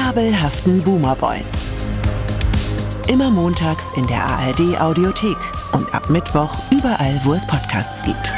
fabelhaften Boomer Boys. Immer montags in der ARD Audiothek und ab Mittwoch überall, wo es Podcasts gibt.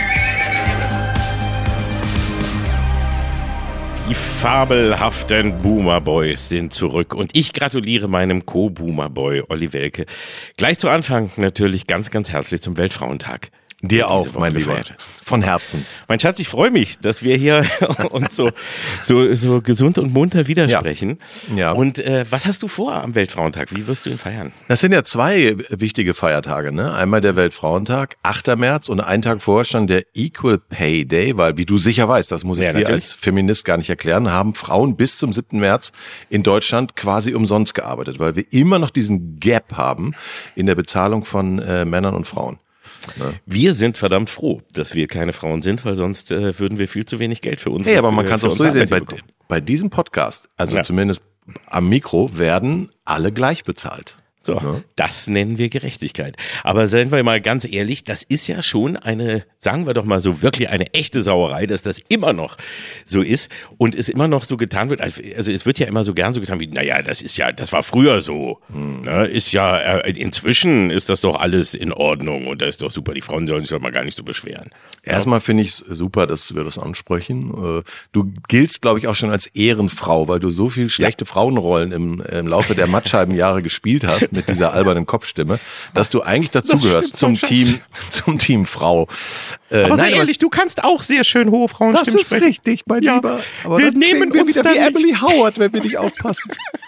Die fabelhaften Boomer Boys sind zurück und ich gratuliere meinem Co-Boomer Boy Olli Welke. Gleich zu Anfang natürlich ganz, ganz herzlich zum Weltfrauentag. Dir auch, mein Lieber. Von Herzen. Mein Schatz, ich freue mich, dass wir hier uns so gesund und munter widersprechen. Ja. Und was hast du vor am Weltfrauentag? Wie wirst du ihn feiern? Das sind ja zwei wichtige Feiertage, ne? Einmal der Weltfrauentag, 8. März, und einen Tag vorher schon der Equal Pay Day, weil, wie du sicher weißt, das muss ich dir als Feminist gar nicht erklären, haben Frauen bis zum 7. März in Deutschland quasi umsonst gearbeitet, weil wir immer noch diesen Gap haben in der Bezahlung von Männern und Frauen. Ne? Wir sind verdammt froh, dass wir keine Frauen sind, weil sonst würden wir viel zu wenig Geld für uns. Hey, aber man kann es auch so sehen, bei diesem Podcast, also zumindest am Mikro, werden alle gleich bezahlt. So, Das nennen wir Gerechtigkeit. Aber seien wir mal ganz ehrlich, das ist ja schon eine, sagen wir doch mal so, wirklich eine echte Sauerei, dass das immer noch so ist und es immer noch so getan wird. Also es wird ja immer so gern so getan wie, naja, das war früher so. Ne, inzwischen ist das doch alles in Ordnung und das ist doch super. Die Frauen sollen sich doch mal gar nicht so beschweren. Erstmal finde ich es super, dass wir das ansprechen. Du giltst, glaube ich, auch schon als Ehrenfrau, weil du so viel schlechte Frauenrollen im Laufe der Mattscheibenjahre gespielt hast. Mit dieser albernen Kopfstimme, dass du eigentlich dazugehörst zum Team Frau. Aber sei ehrlich, du kannst auch sehr schön hohe Frauenstimmen sprechen. Das ist richtig, mein Lieber. Aber wir nehmen uns wieder wie Emily Howard, wenn wir nicht aufpassen.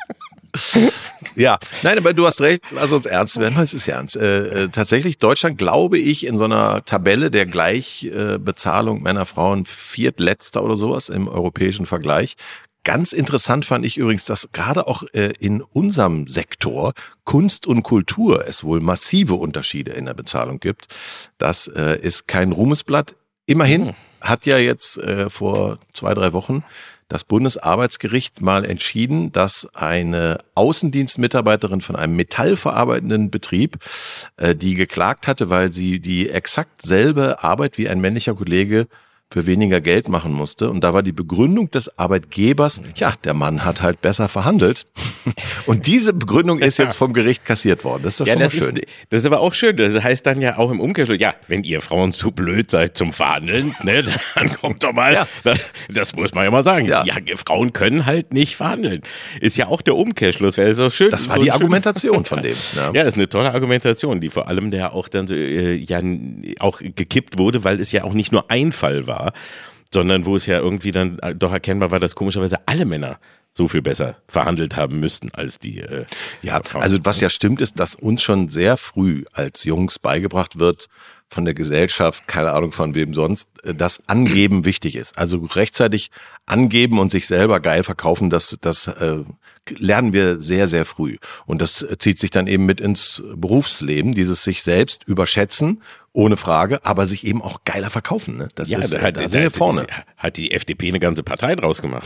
Ja, nein, aber du hast recht, lass uns ernst werden, weil es ist ja ernst. Tatsächlich, Deutschland, glaube ich, in so einer Tabelle der Gleichbezahlung Männer, Frauen viertletzter oder sowas im europäischen Vergleich. Ganz interessant fand ich übrigens, dass gerade auch in unserem Sektor Kunst und Kultur es wohl massive Unterschiede in der Bezahlung gibt. Das ist kein Ruhmesblatt. Immerhin hat ja jetzt vor 2-3 Wochen das Bundesarbeitsgericht mal entschieden, dass eine Außendienstmitarbeiterin von einem metallverarbeitenden Betrieb, die geklagt hatte, weil sie die exakt selbe Arbeit wie ein männlicher Kollege für weniger Geld machen musste. Und da war die Begründung des Arbeitgebers, ja, der Mann hat halt besser verhandelt. Und diese Begründung ist jetzt vom Gericht kassiert worden. Das ist doch schon mal schön. Das ist aber auch schön. Das heißt dann ja auch im Umkehrschluss, ja, wenn ihr Frauen zu blöd seid zum Verhandeln, ne, dann kommt doch mal, das muss man ja mal sagen. Ja, Frauen können halt nicht verhandeln. Ist ja auch der Umkehrschluss. Wäre so schön. Das war die Argumentation von dem. Ja, das ist eine tolle Argumentation, die vor allem der auch dann so, auch gekippt wurde, weil es ja auch nicht nur ein Fall war, sondern wo es ja irgendwie dann doch erkennbar war, dass komischerweise alle Männer so viel besser verhandelt haben müssten als die Frauen. Also was ja stimmt, ist, dass uns schon sehr früh als Jungs beigebracht wird von der Gesellschaft, keine Ahnung von wem sonst, dass Angeben wichtig ist. Also rechtzeitig angeben und sich selber geil verkaufen, das lernen wir sehr, sehr früh. Und das zieht sich dann eben mit ins Berufsleben, dieses sich selbst überschätzen, ohne Frage, aber sich eben auch geiler verkaufen. Ne? Da sind wir vorne. Hat die FDP eine ganze Partei draus gemacht.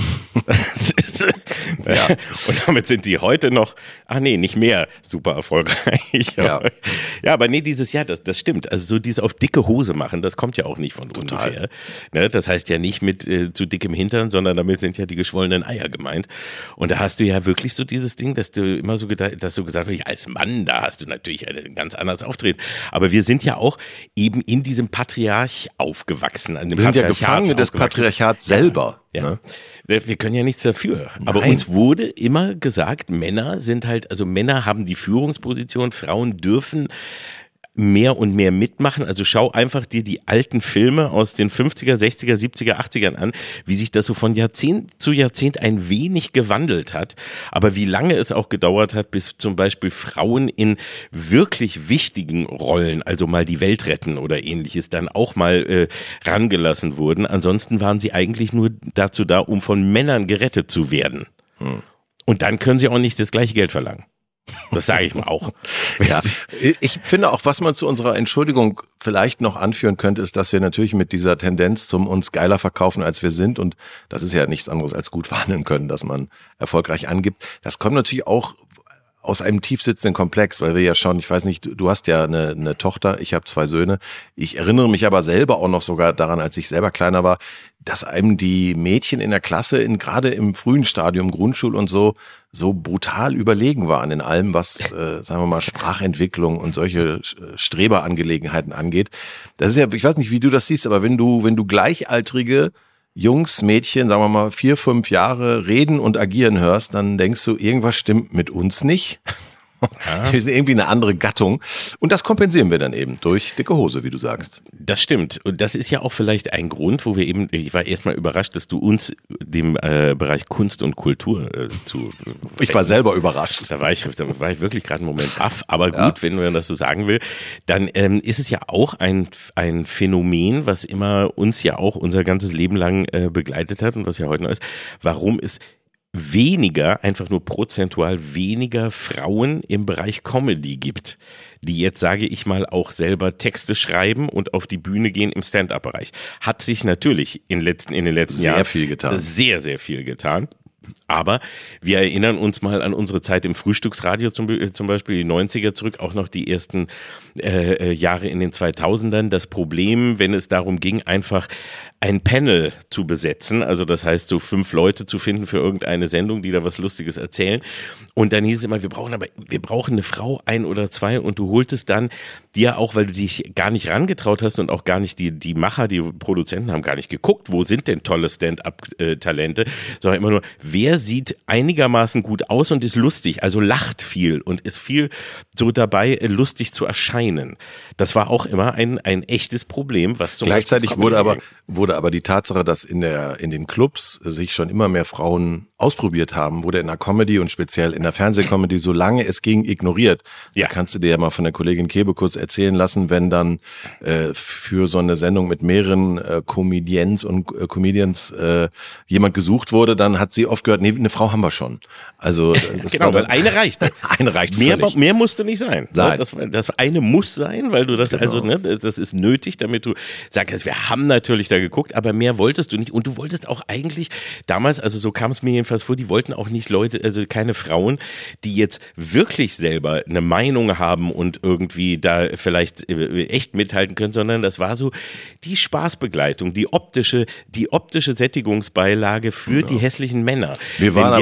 Und damit sind die heute noch, nicht mehr super erfolgreich. Ja, aber das stimmt. Also so dieses auf dicke Hose machen, das kommt ja auch nicht von ungefähr. Ne? Das heißt ja nicht mit zu dickem Hintern, sondern damit sind ja die geschwollenen Eier gemeint. Und da hast du ja wirklich so dieses Ding, dass du immer so gesagt hast, ja, als Mann, da hast du natürlich ein ganz anderes Auftreten. Aber wir sind ja auch eben in diesem Patriarch aufgewachsen. Wir sind ja Gefangene des Patriarchats selber. Ja. Ne? Wir können ja nichts dafür. Aber uns wurde immer gesagt, Männer haben die Führungsposition, Frauen dürfen mehr und mehr mitmachen. Also schau einfach dir die alten Filme aus den 50er, 60er, 70er, 80ern an, wie sich das so von Jahrzehnt zu Jahrzehnt ein wenig gewandelt hat. Aber wie lange es auch gedauert hat, bis zum Beispiel Frauen in wirklich wichtigen Rollen, also mal die Welt retten oder ähnliches, dann auch mal rangelassen wurden. Ansonsten waren sie eigentlich nur dazu da, um von Männern gerettet zu werden. Und dann können sie auch nicht das gleiche Geld verlangen. Das sage ich mir auch. Ja, ich finde auch, was man zu unserer Entschuldigung vielleicht noch anführen könnte, ist, dass wir natürlich mit dieser Tendenz zum uns geiler verkaufen, als wir sind, und das ist ja nichts anderes als gut verhandeln können, dass man erfolgreich angibt. Das kommt natürlich auch aus einem tiefsitzenden Komplex, weil wir ja schon, ich weiß nicht, du hast ja eine Tochter, ich habe 2 Söhne. Ich erinnere mich aber selber auch noch sogar daran, als ich selber kleiner war, dass einem die Mädchen in der Klasse gerade im frühen Stadium, Grundschul und so brutal überlegen waren in allem, was, sagen wir mal, Sprachentwicklung und solche Streberangelegenheiten angeht. Das ist ja, ich weiß nicht, wie du das siehst, aber wenn du gleichaltrige Jungs, Mädchen, sagen wir mal 4, 5 Jahre reden und agieren hörst, dann denkst du, irgendwas stimmt mit uns nicht. Ja. Wir sind irgendwie eine andere Gattung. Und das kompensieren wir dann eben durch dicke Hose, wie du sagst. Das stimmt. Und das ist ja auch vielleicht ein Grund, wo wir eben, ich war erstmal überrascht, dass du uns dem Bereich Kunst und Kultur Ich war selber überrascht. Da war ich wirklich gerade einen Moment baff. Aber gut, wenn man das so sagen will, dann ist es ja auch ein Phänomen, was immer uns ja auch unser ganzes Leben lang begleitet hat und was ja heute noch ist, warum es einfach nur prozentual weniger Frauen im Bereich Comedy gibt, die jetzt, sage ich mal, auch selber Texte schreiben und auf die Bühne gehen im Stand-up-Bereich. Hat sich natürlich in den letzten Jahren sehr, sehr viel getan. Aber wir erinnern uns mal an unsere Zeit im Frühstücksradio zum Beispiel, die 90er zurück, auch noch die ersten Jahre in den 2000ern. Das Problem, wenn es darum ging, einfach ein Panel zu besetzen, also das heißt so 5 Leute zu finden für irgendeine Sendung, die da was Lustiges erzählen. Und dann hieß es immer, wir brauchen eine Frau, 1 oder 2, und du holtest dann dir auch, weil du dich gar nicht rangetraut hast und auch gar nicht die Macher, die Produzenten haben gar nicht geguckt, wo sind denn tolle Stand-up-Talente, sondern immer nur, wer sieht einigermaßen gut aus und ist lustig, also lacht viel und ist viel so dabei, lustig zu erscheinen. Das war auch immer ein echtes Problem, was zum Gleichzeitig wurde aber die Tatsache, dass in den Clubs sich schon immer mehr Frauen ausprobiert haben, wurde in der Comedy und speziell in der Fernsehcomedy, solange es ging, ignoriert. Ja. Da kannst du dir ja mal von der Kollegin Kebekus erzählen lassen, wenn dann für so eine Sendung mit mehreren Comedians jemand gesucht wurde, dann hat sie oft gehört, nee, eine Frau haben wir schon. Also genau, weil eine reicht. Eine reicht mehr musste nicht sein. Nein. Das eine muss sein, weil du das das ist nötig, damit du sagst, wir haben natürlich da geguckt, aber mehr wolltest du nicht. Und du wolltest auch eigentlich damals, also so kam es mir jedenfalls vor, die wollten auch nicht Leute, also keine Frauen, die jetzt wirklich selber eine Meinung haben und irgendwie da vielleicht echt mithalten können, sondern das war so die Spaßbegleitung, die optische Sättigungsbeilage für die hässlichen Männer. Wir beide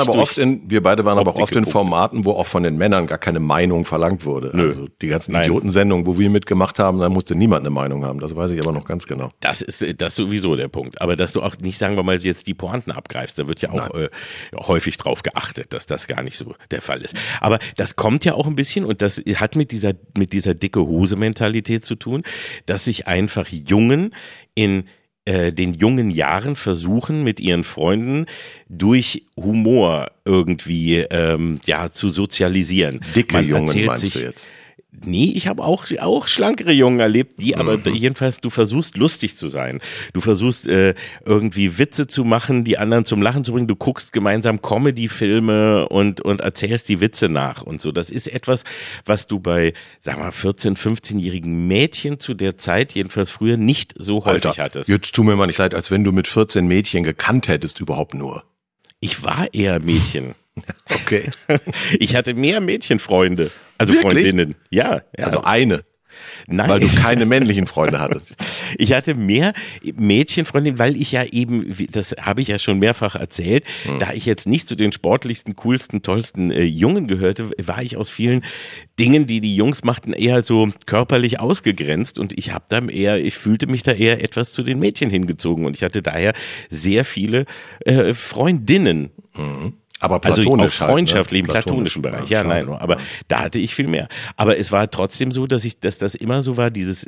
waren aber oft in Formaten, wo auch von den Männern gar keine Meinung verlangt wurde. Nö. Also die ganzen Idiotensendungen, wo wir mitgemacht haben, da musste niemand eine Meinung haben. Das weiß ich aber noch ganz genau. Das ist sowieso der Punkt. Aber dass du auch nicht, sagen wir mal, jetzt die Pointen abgreifst, da wird ja auch häufig drauf geachtet, dass das gar nicht so der Fall ist. Aber das kommt ja auch ein bisschen, und das hat mit dieser dicke Hose-Mentalität zu tun, dass sich einfach Jungen in den jungen Jahren versuchen, mit ihren Freunden durch Humor irgendwie zu sozialisieren. Dicke Jungen meinst du jetzt? Nee, ich habe auch schlankere Jungen erlebt, die aber jedenfalls, du versuchst lustig zu sein. Du versuchst irgendwie Witze zu machen, die anderen zum Lachen zu bringen. Du guckst gemeinsam Comedy-Filme und erzählst die Witze nach und so. Das ist etwas, was du bei, sag mal, 14-, 15-jährigen Mädchen zu der Zeit, jedenfalls früher, nicht so häufig hattest. Jetzt tu mir mal nicht leid, als wenn du mit 14 Mädchen gekannt hättest überhaupt nur. Ich war eher Mädchen. Okay. Ich hatte mehr Mädchenfreunde, also wirklich? Freundinnen. Ja. Also eine. Nein. Weil du keine männlichen Freunde hattest. Ich hatte mehr Mädchenfreundinnen, weil ich ja eben, das habe ich ja schon mehrfach erzählt, da ich jetzt nicht zu den sportlichsten, coolsten, tollsten Jungen gehörte, war ich aus vielen Dingen, die die Jungs machten, eher so körperlich ausgegrenzt, und ich fühlte mich da eher etwas zu den Mädchen hingezogen, und ich hatte daher sehr viele Freundinnen. Aber platonisch, also auf freundschaftlichem, halt, ne? platonischen Bereich. Ja, nein, aber da hatte ich viel mehr. Aber es war trotzdem so, dass das immer so war, dieses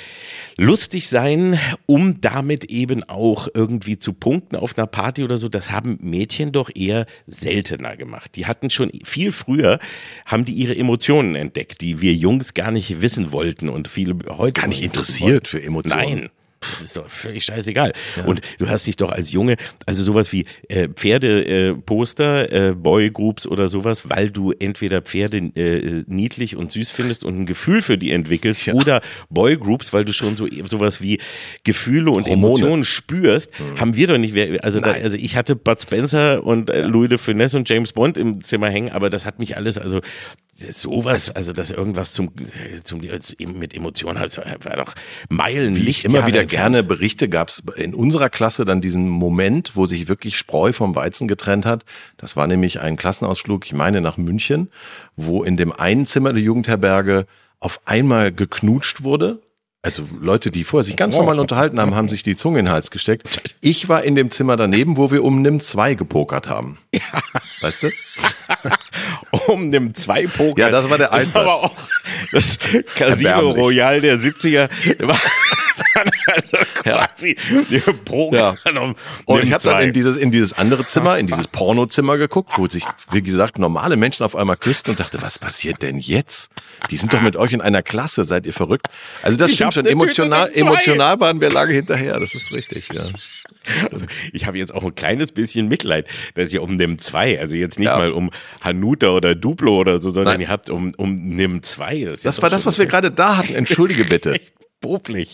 lustig sein, um damit eben auch irgendwie zu punkten auf einer Party oder so. Das haben Mädchen doch eher seltener gemacht. Die hatten schon viel früher, haben die ihre Emotionen entdeckt, die wir Jungs gar nicht wissen wollten, und viele heute gar nicht interessiert für Emotionen. Nein. Das ist doch völlig scheißegal. Ja. Und du hast dich doch als Junge, also sowas wie Pferdeposter, Boygroups oder sowas, weil du entweder Pferde niedlich und süß findest und ein Gefühl für die entwickelst, oder Boygroups, weil du schon sowas wie Gefühle und Emotionen spürst, haben wir doch nicht. Also ich hatte Bud Spencer und Louis de Funès und James Bond im Zimmer hängen, aber das hat mich alles, also sowas, also dass irgendwas mit Emotionen halt, war doch Meilenlicht. Immer wieder gerne Berichte gab es in unserer Klasse dann diesen Moment, wo sich wirklich Spreu vom Weizen getrennt hat. Das war nämlich ein Klassenausflug, ich meine nach München, wo in dem einen Zimmer der Jugendherberge auf einmal geknutscht wurde. Also Leute, die vorher sich ganz normal unterhalten haben, haben sich die Zunge in den Hals gesteckt. Ich war in dem Zimmer daneben, wo wir um Nimm 2 gepokert haben. Ja. Weißt du? Um Nimm 2 pokern. Ja, das war der Einsatz. Aber auch das Casino Royale der 70er war also quasi Poker. Ja. Und ich habe dann in dieses andere Zimmer, in dieses Pornozimmer geguckt, wo sich, wie gesagt, normale Menschen auf einmal küssten und dachte, was passiert denn jetzt? Die sind doch mit euch in einer Klasse, seid ihr verrückt? Also das stimmt schon, emotional waren wir lange hinterher, das ist richtig, ja. Ich habe jetzt auch ein kleines bisschen Mitleid, dass ihr um Nimm 2, also jetzt nicht mal um Hanuta oder Duplo oder so, sondern ihr habt um Nimm 2. Das war das, was wir gerade da hatten, entschuldige bitte. Popelig.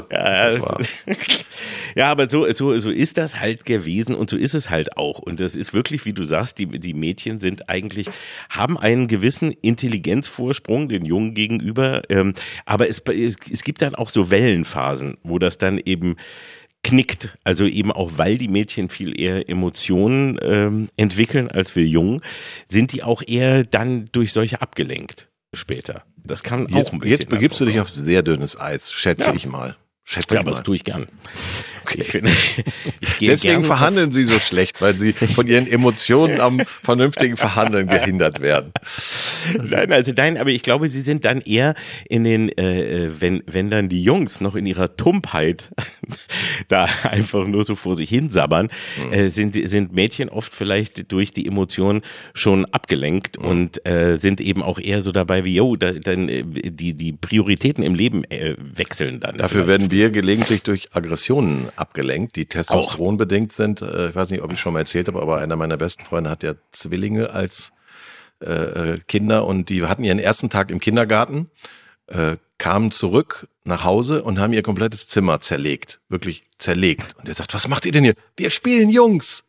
Ja, aber so ist das halt gewesen und so ist es halt auch. Und das ist wirklich, wie du sagst, die Mädchen haben einen gewissen Intelligenzvorsprung den Jungen gegenüber. Aber es gibt dann auch so Wellenphasen, wo das dann eben knickt. Also eben auch, weil die Mädchen viel eher Emotionen entwickeln als wir Jungen, sind die auch eher dann durch solche abgelenkt später. Das kann auch ein bisschen. Jetzt begibst du dich auf sehr dünnes Eis, schätze ich mal. Aber das tue ich gern. Okay. Deswegen verhandeln sie so schlecht, weil sie von ihren Emotionen am vernünftigen Verhandeln gehindert werden. Nein, aber ich glaube, sie sind dann eher in den, wenn dann die Jungs noch in ihrer Tumpheit da einfach nur so vor sich hin sabbern, sind Mädchen oft vielleicht durch die Emotionen schon abgelenkt und sind eben auch eher so dabei wie, die Prioritäten im Leben wechseln dann. Dafür werden wir gelegentlich durch Aggressionen abgelenkt, die testosteronbedingt sind. Ich weiß nicht, ob ich schon mal erzählt habe, aber einer meiner besten Freunde hat ja Zwillinge als Kinder und die hatten ihren ersten Tag im Kindergarten, kamen zurück nach Hause und haben ihr komplettes Zimmer zerlegt. Wirklich zerlegt. Und er sagt, was macht ihr denn hier? Wir spielen Jungs.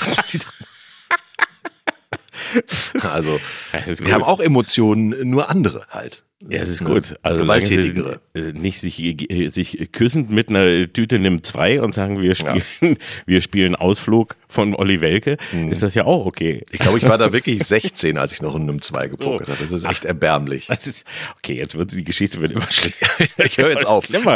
Also, wir haben auch Emotionen, nur andere halt. Ja, es ist gut. Also gewalttätigere. Nicht sich küssend mit einer Tüte Nimm 2 und sagen, wir spielen Ausflug von Olli Welke, ist das ja auch okay. Ich glaube, ich war da wirklich 16, als ich noch in Nimm 2 gepokert habe. Das ist echt erbärmlich. Okay, jetzt wird die Geschichte immer schlimmer. Ich höre jetzt auf. Warum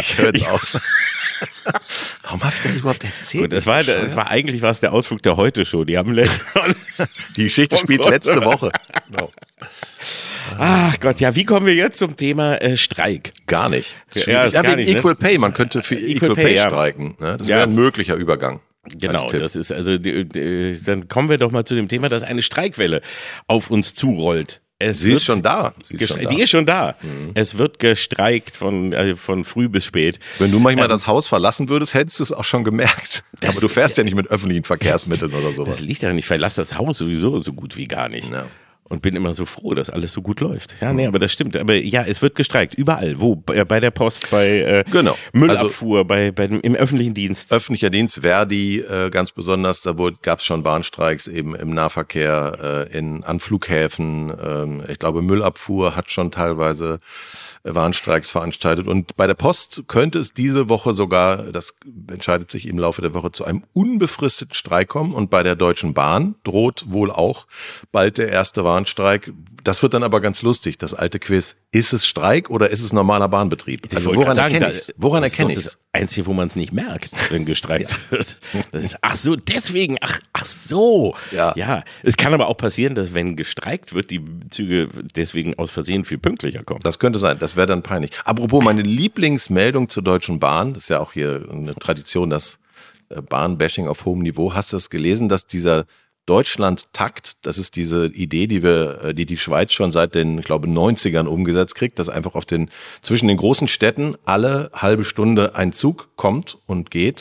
habe ich das überhaupt erzählt? Gut, das war eigentlich der Ausflug der Heute-Show. Die haben die Geschichte spielt letzte Woche. Genau. Ach Gott, ja, wie kommen wir jetzt zum Thema Streik? Gar nicht. Wegen Equal Pay. Man könnte für Equal Pay streiken. Ne? Das wäre ein möglicher Übergang. Genau, das ist dann kommen wir doch mal zu dem Thema, dass eine Streikwelle auf uns zurollt. Sie ist schon da. Die ist schon da. Es wird gestreikt von früh bis spät. Wenn du manchmal das Haus verlassen würdest, hättest du es auch schon gemerkt. Aber du fährst ja nicht mit öffentlichen Verkehrsmitteln oder sowas. Das liegt daran, ich verlasse das Haus sowieso so gut wie gar nicht. Ja. Und bin immer so froh, dass alles so gut läuft. Ja, nee, aber das stimmt. Aber ja, es wird gestreikt. Überall. Wo? Bei der Post, bei Müllabfuhr, im öffentlichen Dienst. Öffentlicher Dienst, Verdi ganz besonders. Da gab es schon Warnstreiks eben im Nahverkehr, an Flughäfen. Ich glaube, Müllabfuhr hat schon teilweise Warnstreiks veranstaltet. Und bei der Post könnte es diese Woche sogar, das entscheidet sich im Laufe der Woche, zu einem unbefristeten Streik kommen. Und bei der Deutschen Bahn droht wohl auch bald der erste Warnstreik. Das wird dann aber ganz lustig, das alte Quiz. Ist es Streik oder ist es normaler Bahnbetrieb? Also woran erkenne ich es? Woran erkenne ich es? Das Einzige, wo man es nicht merkt, wenn gestreikt wird. Das ist, ach so, deswegen, ach so. Ja, es kann aber auch passieren, dass wenn gestreikt wird, die Züge deswegen aus Versehen viel pünktlicher kommen. Das könnte sein, das wäre dann peinlich. Apropos, meine Lieblingsmeldung zur Deutschen Bahn, das ist ja auch hier eine Tradition, das Bahnbashing auf hohem Niveau. Hast du das gelesen, dass dieser Deutschland-Takt. Das ist diese Idee, die Schweiz schon seit den, ich glaube, 90ern umgesetzt kriegt, dass einfach zwischen den großen Städten alle halbe Stunde ein Zug kommt und geht.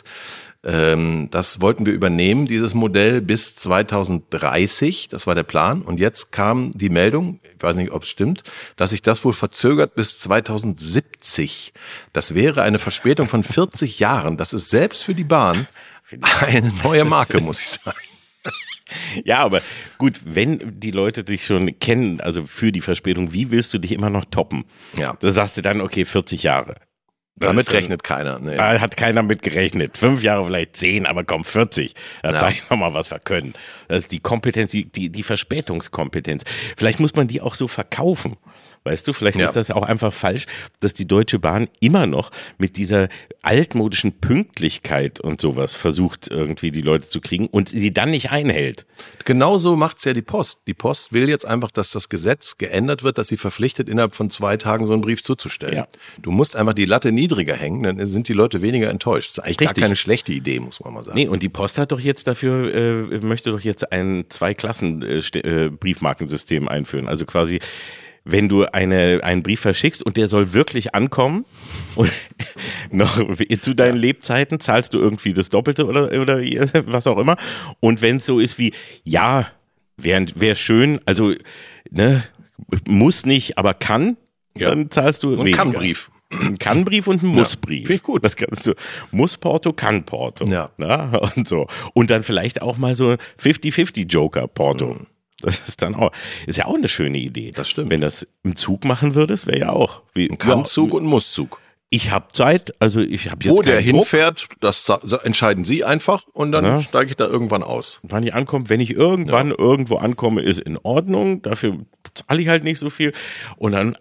Das wollten wir übernehmen, dieses Modell, bis 2030. Das war der Plan. Und jetzt kam die Meldung, ich weiß nicht, ob es stimmt, dass sich das wohl verzögert bis 2070. Das wäre eine Verspätung von 40 Jahren. Das ist selbst für die Bahn eine neue Marke, muss ich sagen. Ja, aber gut, wenn die Leute dich schon kennen, also für die Verspätung, wie willst du dich immer noch toppen? Ja. Da sagst du dann, okay, 40 Jahre. Damit rechnet keiner. Nee. Hat keiner mit gerechnet. 5 Jahre, vielleicht 10, aber komm, 40. Da zeig ich mal, was wir können. Das ist die Kompetenz, die Verspätungskompetenz. Vielleicht muss man die auch so verkaufen. Weißt du, vielleicht ist das auch einfach falsch, dass die Deutsche Bahn immer noch mit dieser altmodischen Pünktlichkeit und sowas versucht, irgendwie die Leute zu kriegen und sie dann nicht einhält. Genauso macht's ja die Post. Die Post will jetzt einfach, dass das Gesetz geändert wird, dass sie verpflichtet, innerhalb von 2 Tagen so einen Brief zuzustellen. Ja. Du musst einfach die Latte niedriger hängen, dann sind die Leute weniger enttäuscht. Das ist eigentlich gar keine schlechte Idee, muss man mal sagen. Nee, und die Post hat doch jetzt möchte doch jetzt ein 2-Klassen-Briefmarkensystem einführen. Also quasi, wenn du einen Brief verschickst und der soll wirklich ankommen, und noch zu deinen Lebzeiten zahlst du irgendwie das Doppelte oder was auch immer. Und wenn es so ist wie, ja, wäre schön, also ne, muss nicht, aber kann, dann zahlst du weniger. Kann-Brief. Ein Kann-Brief und ein Muss-Brief. Finde ich gut. Das kannst du. Muss-Porto, Kann-Porto. Ja. Na, und so. Und dann vielleicht auch mal so 50-50-Joker-Porto. Das ist ja auch eine schöne Idee. Das stimmt. Wenn das im Zug machen würdest, wäre ja auch. Ein Kann-Zug und ein Muss-Zug. Ich habe Zeit, also ich habe jetzt Wo der hinfährt, das entscheiden Sie einfach und dann steige ich da irgendwann aus. Wann ich ankomme, wenn ich irgendwo ankomme, ist in Ordnung. Dafür zahle ich halt nicht so viel. Und dann,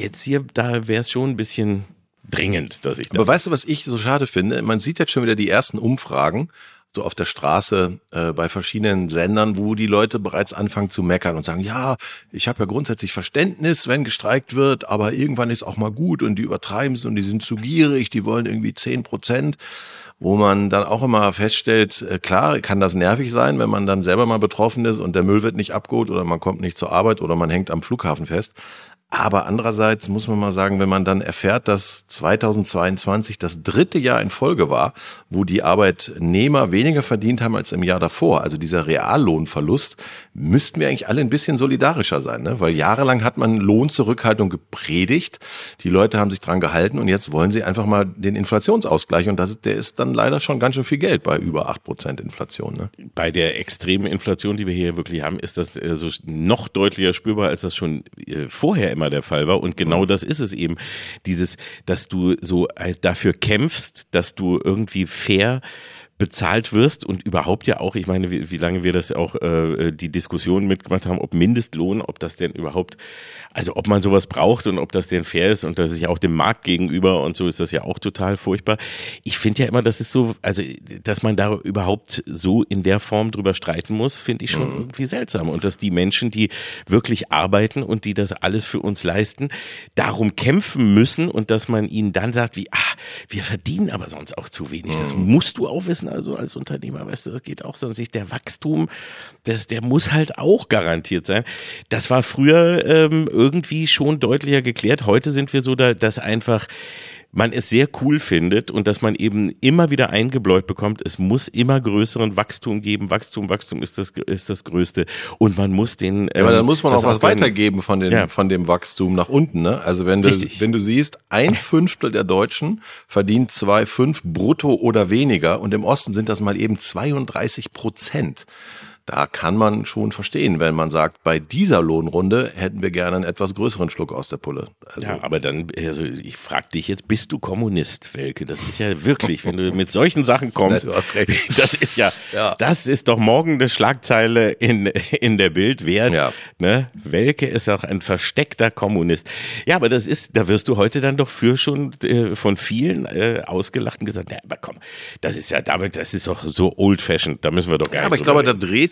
da wäre es schon ein bisschen dringend, dass ich da. Aber weißt du, was ich so schade finde? Man sieht jetzt schon wieder die ersten Umfragen, so auf der Straße bei verschiedenen Sendern, wo die Leute bereits anfangen zu meckern und sagen, ja, ich habe ja grundsätzlich Verständnis, wenn gestreikt wird, aber irgendwann ist auch mal gut und die übertreiben es und die sind zu gierig, die wollen irgendwie 10%, wo man dann auch immer feststellt, klar, kann das nervig sein, wenn man dann selber mal betroffen ist und der Müll wird nicht abgeholt oder man kommt nicht zur Arbeit oder man hängt am Flughafen fest. Aber andererseits muss man mal sagen, wenn man dann erfährt, dass 2022 das 3. Jahr in Folge war, wo die Arbeitnehmer weniger verdient haben als im Jahr davor, also dieser Reallohnverlust, müssten wir eigentlich alle ein bisschen solidarischer sein, ne? Weil jahrelang hat man Lohnzurückhaltung gepredigt, die Leute haben sich dran gehalten und jetzt wollen sie einfach mal den Inflationsausgleich und der ist dann leider schon ganz schön viel Geld bei über 8% Inflation. Ne? Bei der extremen Inflation, die wir hier wirklich haben, ist das so noch deutlicher spürbar, als das schon vorher immer der Fall war. Und genau das ist es eben. Dass du so dafür kämpfst, dass du irgendwie fair bezahlt wirst und überhaupt ja auch, ich meine, wie lange wir das auch die Diskussion mitgemacht haben, ob Mindestlohn, ob das denn überhaupt, also ob man sowas braucht und ob das denn fair ist und das ist ja auch dem Markt gegenüber und so ist das ja auch total furchtbar. Ich finde ja immer, das ist so, also dass man da überhaupt so in der Form drüber streiten muss, finde ich schon irgendwie seltsam und dass die Menschen, die wirklich arbeiten und die das alles für uns leisten, darum kämpfen müssen und dass man ihnen dann sagt, wir verdienen aber sonst auch zu wenig. Das musst du auch wissen, also als Unternehmer, weißt du, das geht auch sonst nicht. Der Wachstum, der muss halt auch garantiert sein. Das war früher irgendwie schon deutlicher geklärt. Heute sind wir so, dass einfach man es sehr cool findet und dass man eben immer wieder eingebläut bekommt, es muss immer größeren Wachstum geben. Wachstum ist das Größte und man muss den. Aber dann muss man auch was weitergeben von dem Wachstum nach unten, ne? Also wenn du siehst, 1/5 der Deutschen verdient 2,5 brutto oder weniger und im Osten sind das mal eben 32%. Da kann man schon verstehen, wenn man sagt, bei dieser Lohnrunde hätten wir gerne einen etwas größeren Schluck aus der Pulle. Also ja, aber dann, also ich frage dich jetzt, bist du Kommunist, Welke? Das ist ja wirklich, wenn du mit solchen Sachen kommst, das ist das ist doch morgen eine Schlagzeile in der Bild wert. Ja. Ne? Welke ist auch ein versteckter Kommunist. Ja, aber da wirst du heute dann doch schon von vielen ausgelacht und gesagt, na, aber komm, das ist doch so old-fashioned, da müssen wir doch gar nicht. Aber ich glaube, da dreht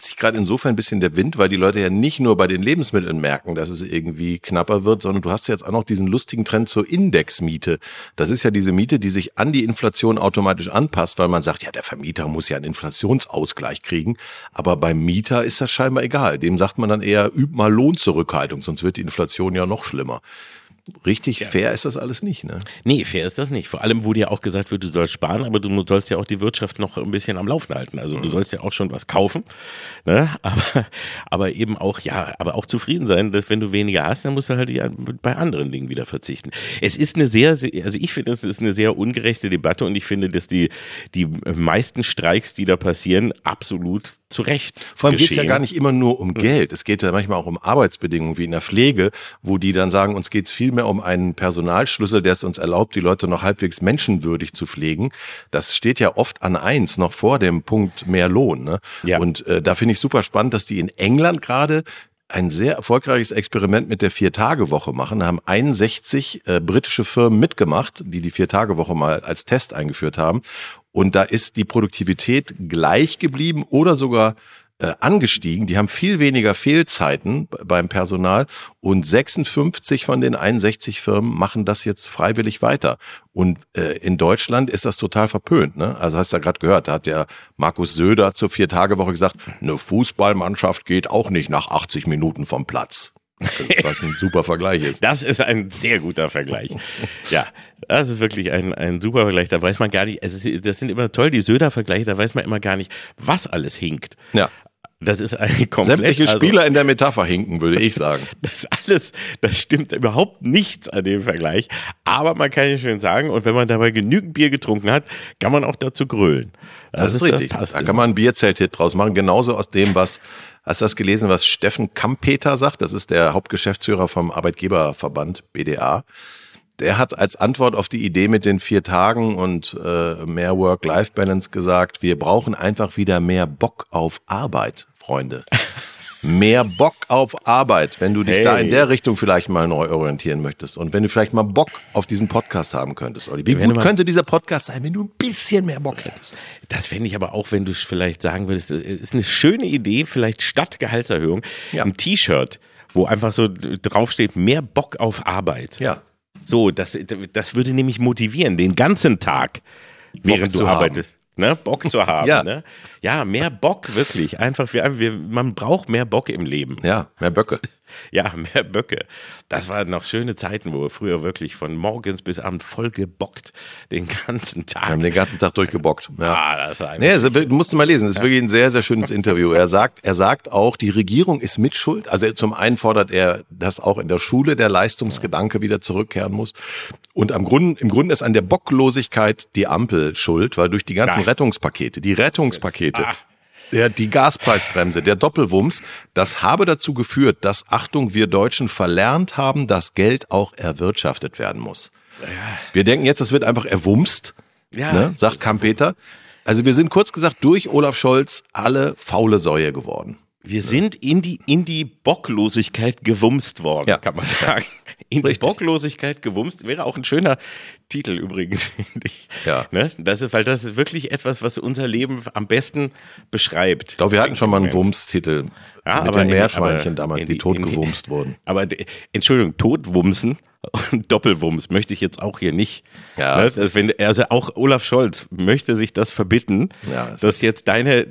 dreht sich gerade insofern ein bisschen der Wind, weil die Leute ja nicht nur bei den Lebensmitteln merken, dass es irgendwie knapper wird, sondern du hast jetzt auch noch diesen lustigen Trend zur Indexmiete. Das ist ja diese Miete, die sich an die Inflation automatisch anpasst, weil man sagt, ja, der Vermieter muss ja einen Inflationsausgleich kriegen. Aber beim Mieter ist das scheinbar egal. Dem sagt man dann eher, üb mal Lohnzurückhaltung, sonst wird die Inflation ja noch schlimmer. Richtig fair ist das alles nicht, ne? Nee, fair ist das nicht. Vor allem, wo dir auch gesagt wird, du sollst sparen, aber du sollst ja auch die Wirtschaft noch ein bisschen am Laufen halten. Also du sollst ja auch schon was kaufen, ne? Aber eben auch, aber auch zufrieden sein, dass wenn du weniger hast, dann musst du halt bei anderen Dingen wieder verzichten. Es ist eine also ich finde, es ist eine sehr ungerechte Debatte und ich finde, dass die meisten Streiks, die da passieren, absolut zu Recht Vor allem geht es ja gar nicht immer nur um Geld. Es geht ja manchmal auch um Arbeitsbedingungen, wie in der Pflege, wo die dann sagen, uns geht es viel mehr um einen Personalschlüssel, der es uns erlaubt, die Leute noch halbwegs menschenwürdig zu pflegen. Das steht ja oft an 1, noch vor dem Punkt mehr Lohn. Ne? Ja. Und da finde ich super spannend, dass die in England gerade ein sehr erfolgreiches Experiment mit der 4-Tage-Woche machen. Da haben 61 britische Firmen mitgemacht, die 4-Tage-Woche mal als Test eingeführt haben. Und da ist die Produktivität gleich geblieben oder sogar angestiegen. Die haben viel weniger Fehlzeiten beim Personal und 56 von den 61 Firmen machen das jetzt freiwillig weiter. Und in Deutschland ist das total verpönt. Ne? Also hast du ja gerade gehört, da hat ja Markus Söder zur 4-Tage-Woche gesagt, eine Fußballmannschaft geht auch nicht nach 80 Minuten vom Platz. Was ein super Vergleich ist. Das ist ein sehr guter Vergleich. Ja, das ist wirklich ein super Vergleich. Da weiß man gar nicht, das sind immer toll, die Söder-Vergleiche, da weiß man immer gar nicht, was alles hinkt. Ja. Das ist ein komplett... Sämtliche Spieler in der Metapher hinken, würde ich sagen. Das stimmt überhaupt nichts an dem Vergleich. Aber man kann ja schön sagen, und wenn man dabei genügend Bier getrunken hat, kann man auch dazu grölen. Das ist richtig. Da kann man einen Bierzelt-Hit draus machen. Genauso aus dem, hast du das gelesen, was Steffen Kampeter sagt? Das ist der Hauptgeschäftsführer vom Arbeitgeberverband BDA. Der hat als Antwort auf die Idee mit den 4 Tagen und mehr Work-Life-Balance gesagt, wir brauchen einfach wieder mehr Bock auf Arbeit, Freunde. Mehr Bock auf Arbeit, wenn du dich da in der Richtung vielleicht mal neu orientieren möchtest. Und wenn du vielleicht mal Bock auf diesen Podcast haben könntest, Olli. Wie gut könnte dieser Podcast sein, wenn du ein bisschen mehr Bock hättest? Das fände ich aber auch, wenn du vielleicht sagen würdest, ist eine schöne Idee, vielleicht statt Gehaltserhöhung, ein T-Shirt, wo einfach so draufsteht, mehr Bock auf Arbeit. Ja. So, das würde nämlich motivieren, den ganzen Tag, während du arbeitest. Ne, Bock zu haben. Ja. Ne? Ja, mehr Bock, wirklich. Einfach, man braucht mehr Bock im Leben. Ja, mehr Böcke. Ja, mehr Böcke. Das waren noch schöne Zeiten, wo wir früher wirklich von morgens bis abends voll gebockt, den ganzen Tag. Wir haben den ganzen Tag durchgebockt. Ja. Das war du musst mal lesen, das ist wirklich ein sehr, sehr schönes Interview. Er sagt auch, die Regierung ist mitschuld. Also zum einen fordert er, dass auch in der Schule der Leistungsgedanke wieder zurückkehren muss. Und im Grunde ist an der Bocklosigkeit die Ampel schuld, weil durch die ganzen Rettungspakete, die Gaspreisbremse, der Doppelwumms, das habe dazu geführt, dass, Achtung, wir Deutschen verlernt haben, dass Geld auch erwirtschaftet werden muss. Ja. Wir denken jetzt, das wird einfach erwumst, sagt Kampeter. Also wir sind kurz gesagt durch Olaf Scholz alle faule Säue geworden. Wir sind in die Bocklosigkeit gewumst worden, kann man sagen. In die Bocklosigkeit gewumst wäre auch ein schöner Titel übrigens, finde ich. Ja. Ne? Das ist wirklich etwas, was unser Leben am besten beschreibt. Ich glaube, wir hatten schon mal einen Wumms-Titel mit den Meerschweinchen damals, die totgewumst wurden. Aber Entschuldigung, totwumsen und Doppelwumms möchte ich jetzt auch hier nicht. Ja. Also auch Olaf Scholz möchte sich das verbitten, dass jetzt deine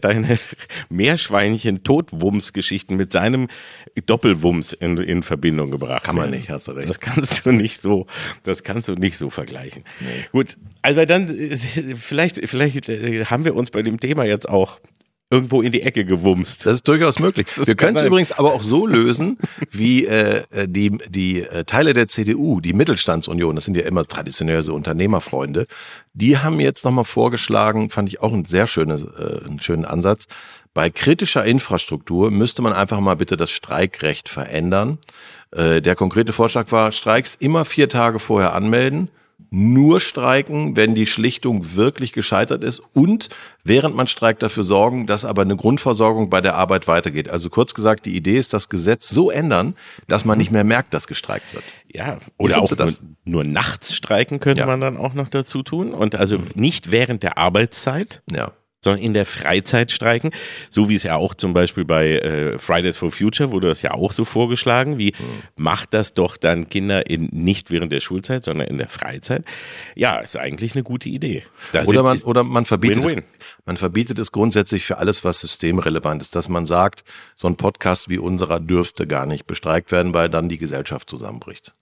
Meerschweinchen-Totwumms-Geschichten mit seinem Doppelwumms in Verbindung gebracht werden. Kann man nicht, hast du recht. Das kannst du nicht so vergleichen. Nee. Gut, also dann vielleicht haben wir uns bei dem Thema jetzt auch irgendwo in die Ecke gewumst. Das ist durchaus möglich. Wir können es übrigens aber auch so lösen, wie die Teile der CDU, die Mittelstandsunion, das sind ja immer traditionell so Unternehmerfreunde, die haben jetzt nochmal vorgeschlagen, fand ich auch einen schönen Ansatz, bei kritischer Infrastruktur müsste man einfach mal bitte das Streikrecht verändern. Der konkrete Vorschlag war, Streiks immer 4 Tage vorher anmelden, nur streiken, wenn die Schlichtung wirklich gescheitert ist und während man streikt dafür sorgen, dass aber eine Grundversorgung bei der Arbeit weitergeht. Also kurz gesagt, die Idee ist, das Gesetz so ändern, dass man nicht mehr merkt, dass gestreikt wird. Ja, oder auch nur nachts streiken könnte man dann auch noch dazu tun und also nicht während der Arbeitszeit. Ja. sondern in der Freizeit streiken, so wie es ja auch zum Beispiel bei Fridays for Future wurde das ja auch so vorgeschlagen, wie macht das doch dann Kinder nicht während der Schulzeit, sondern in der Freizeit. Ja, ist eigentlich eine gute Idee. Man verbietet es grundsätzlich für alles, was systemrelevant ist, dass man sagt, so ein Podcast wie unserer dürfte gar nicht bestreikt werden, weil dann die Gesellschaft zusammenbricht.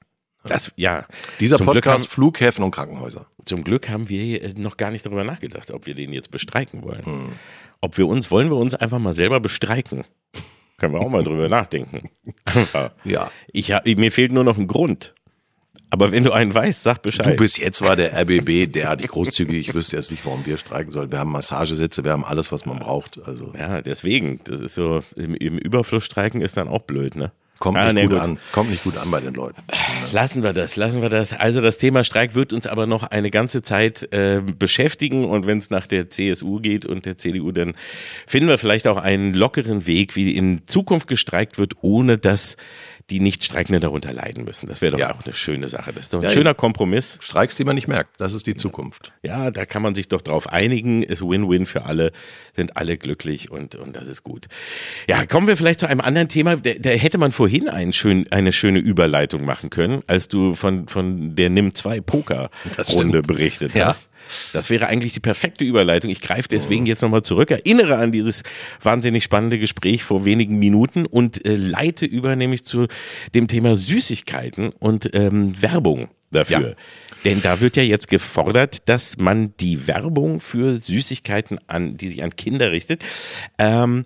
Dieser Podcast, Flughäfen und Krankenhäuser. Zum Glück haben wir noch gar nicht darüber nachgedacht, ob wir den jetzt bestreiken wollen. Wollen wir uns einfach mal selber bestreiken? Können wir auch mal drüber nachdenken. Ja. Mir fehlt nur noch ein Grund. Aber wenn du einen weißt, sag Bescheid. Bis jetzt war der RBB derartig großzügig. Ich wüsste jetzt nicht, warum wir streiken sollen. Wir haben Massagesitze, wir haben alles, was man braucht. Also. Ja, deswegen. Das ist so, im Überfluss streiken ist dann auch blöd, ne? Kommt nicht gut an bei den Leuten. Lassen wir das. Also das Thema Streik wird uns aber noch eine ganze Zeit beschäftigen und wenn es nach der CSU geht und der CDU, dann finden wir vielleicht auch einen lockeren Weg, wie in Zukunft gestreikt wird, ohne dass die Nichtstreikenden darunter leiden müssen. Das wäre doch auch eine schöne Sache. Das ist doch ein schöner Kompromiss. Streiks, die man nicht merkt. Das ist die Zukunft. Ja, da kann man sich doch drauf einigen. Ist Win-Win für alle. Sind alle glücklich und das ist gut. Ja, kommen wir vielleicht zu einem anderen Thema. Da hätte man vorhin eine schöne Überleitung machen können, als du von der NIM2-Poker-Runde berichtet hast. Das wäre eigentlich die perfekte Überleitung. Ich greife deswegen jetzt nochmal zurück, erinnere an dieses wahnsinnig spannende Gespräch vor wenigen Minuten und leite über nämlich zu dem Thema Süßigkeiten und Werbung dafür. Ja. Denn da wird ja jetzt gefordert, dass man die Werbung für Süßigkeiten die sich an Kinder richtet, nur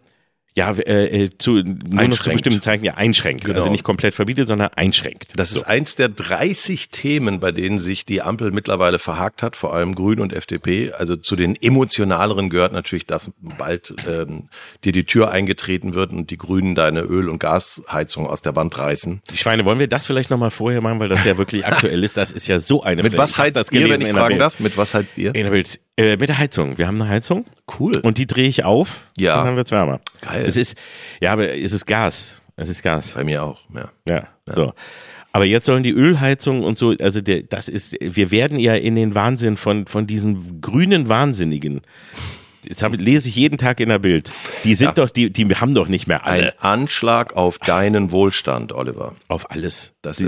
noch zu bestimmten Zeiten einschränkt. Genau. Also nicht komplett verbietet, sondern einschränkt. Das ist eins der 30 Themen, bei denen sich die Ampel mittlerweile verhakt hat, vor allem Grüne und FDP. Also zu den emotionaleren gehört natürlich, dass bald dir die Tür eingetreten wird und die Grünen deine Öl- und Gasheizung aus der Wand reißen. Die Schweine, wollen wir das vielleicht nochmal vorher machen, weil das ja wirklich aktuell ist. Das ist ja so eine Mit was heizt ihr, wenn ich fragen darf? Mit was heizt ihr? Mit der Heizung. Wir haben eine Heizung. Cool. Und die drehe ich auf. Ja. Und dann wird's wärmer. Geil. Es ist Gas. Es ist Gas. Bei mir auch, Ja. So. Aber jetzt sollen die Ölheizungen und so, also wir werden ja in den Wahnsinn von diesen grünen Wahnsinnigen. Lese ich jeden Tag in der Bild. Die sind die haben doch nicht mehr alle. Ein Anschlag auf deinen Wohlstand, Oliver. Auf alles.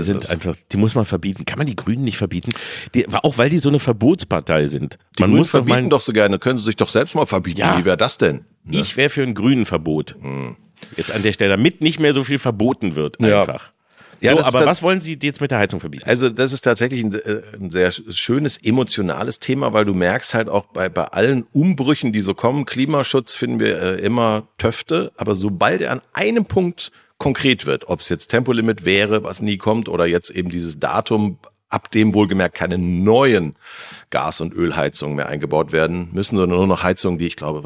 Die muss man verbieten. Kann man die Grünen nicht verbieten? Auch weil die so eine Verbotspartei sind. Die Grünen verbieten doch so gerne. Können sie sich doch selbst mal verbieten. Ja. Wie wäre das denn? Ne? Ich wäre für ein Grünen-Verbot. Jetzt an der Stelle, damit nicht mehr so viel verboten wird einfach. Ja, so, aber was wollen Sie jetzt mit der Heizung verbieten? Also das ist tatsächlich ein sehr schönes, emotionales Thema, weil du merkst halt auch bei allen Umbrüchen, die so kommen, Klimaschutz finden wir immer Töfte, aber sobald er an einem Punkt konkret wird, ob es jetzt Tempolimit wäre, was nie kommt, oder jetzt eben dieses Datum, ab dem wohlgemerkt keine neuen Gas- und Ölheizungen mehr eingebaut werden müssen, sondern nur noch Heizungen, die, ich glaube,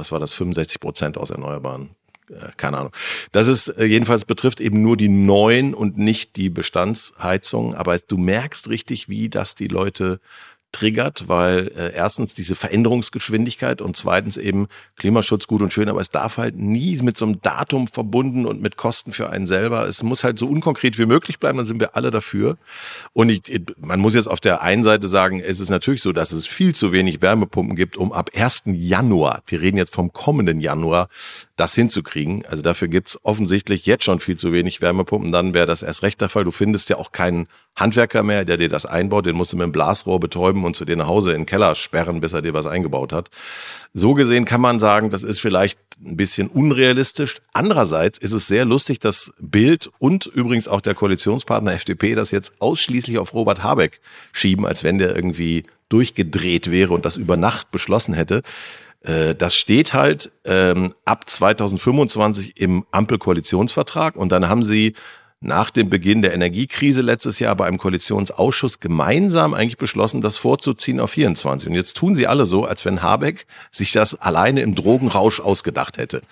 65% aus Erneuerbaren. Keine Ahnung. Das ist jedenfalls betrifft eben nur die neuen und nicht die Bestandsheizungen. Aber du merkst richtig, wie das die Leute triggert, weil erstens diese Veränderungsgeschwindigkeit und zweitens eben Klimaschutz gut und schön, aber es darf halt nie mit so einem Datum verbunden und mit Kosten für einen selber. Es muss halt so unkonkret wie möglich bleiben, dann sind wir alle dafür. Und man muss jetzt auf der einen Seite sagen, es ist natürlich so, dass es viel zu wenig Wärmepumpen gibt, um ab 1. Januar, wir reden jetzt vom kommenden Januar, das hinzukriegen. Also dafür gibt's offensichtlich jetzt schon viel zu wenig Wärmepumpen, dann wäre das erst recht der Fall. Du findest ja auch keinen Handwerker mehr, der dir das einbaut, den musst du mit dem Blasrohr betäuben und zu dir nach Hause in den Keller sperren, bis er dir was eingebaut hat. So gesehen kann man sagen, das ist vielleicht ein bisschen unrealistisch. Andererseits ist es sehr lustig, dass Bild und übrigens auch der Koalitionspartner FDP das jetzt ausschließlich auf Robert Habeck schieben, als wenn der irgendwie durchgedreht wäre und das über Nacht beschlossen hätte. Das steht halt ab 2025 im Ampelkoalitionsvertrag und dann haben sie nach dem Beginn der Energiekrise letztes Jahr bei einem Koalitionsausschuss gemeinsam eigentlich beschlossen, das vorzuziehen auf 24. Und jetzt tun sie alle so, als wenn Habeck sich das alleine im Drogenrausch ausgedacht hätte.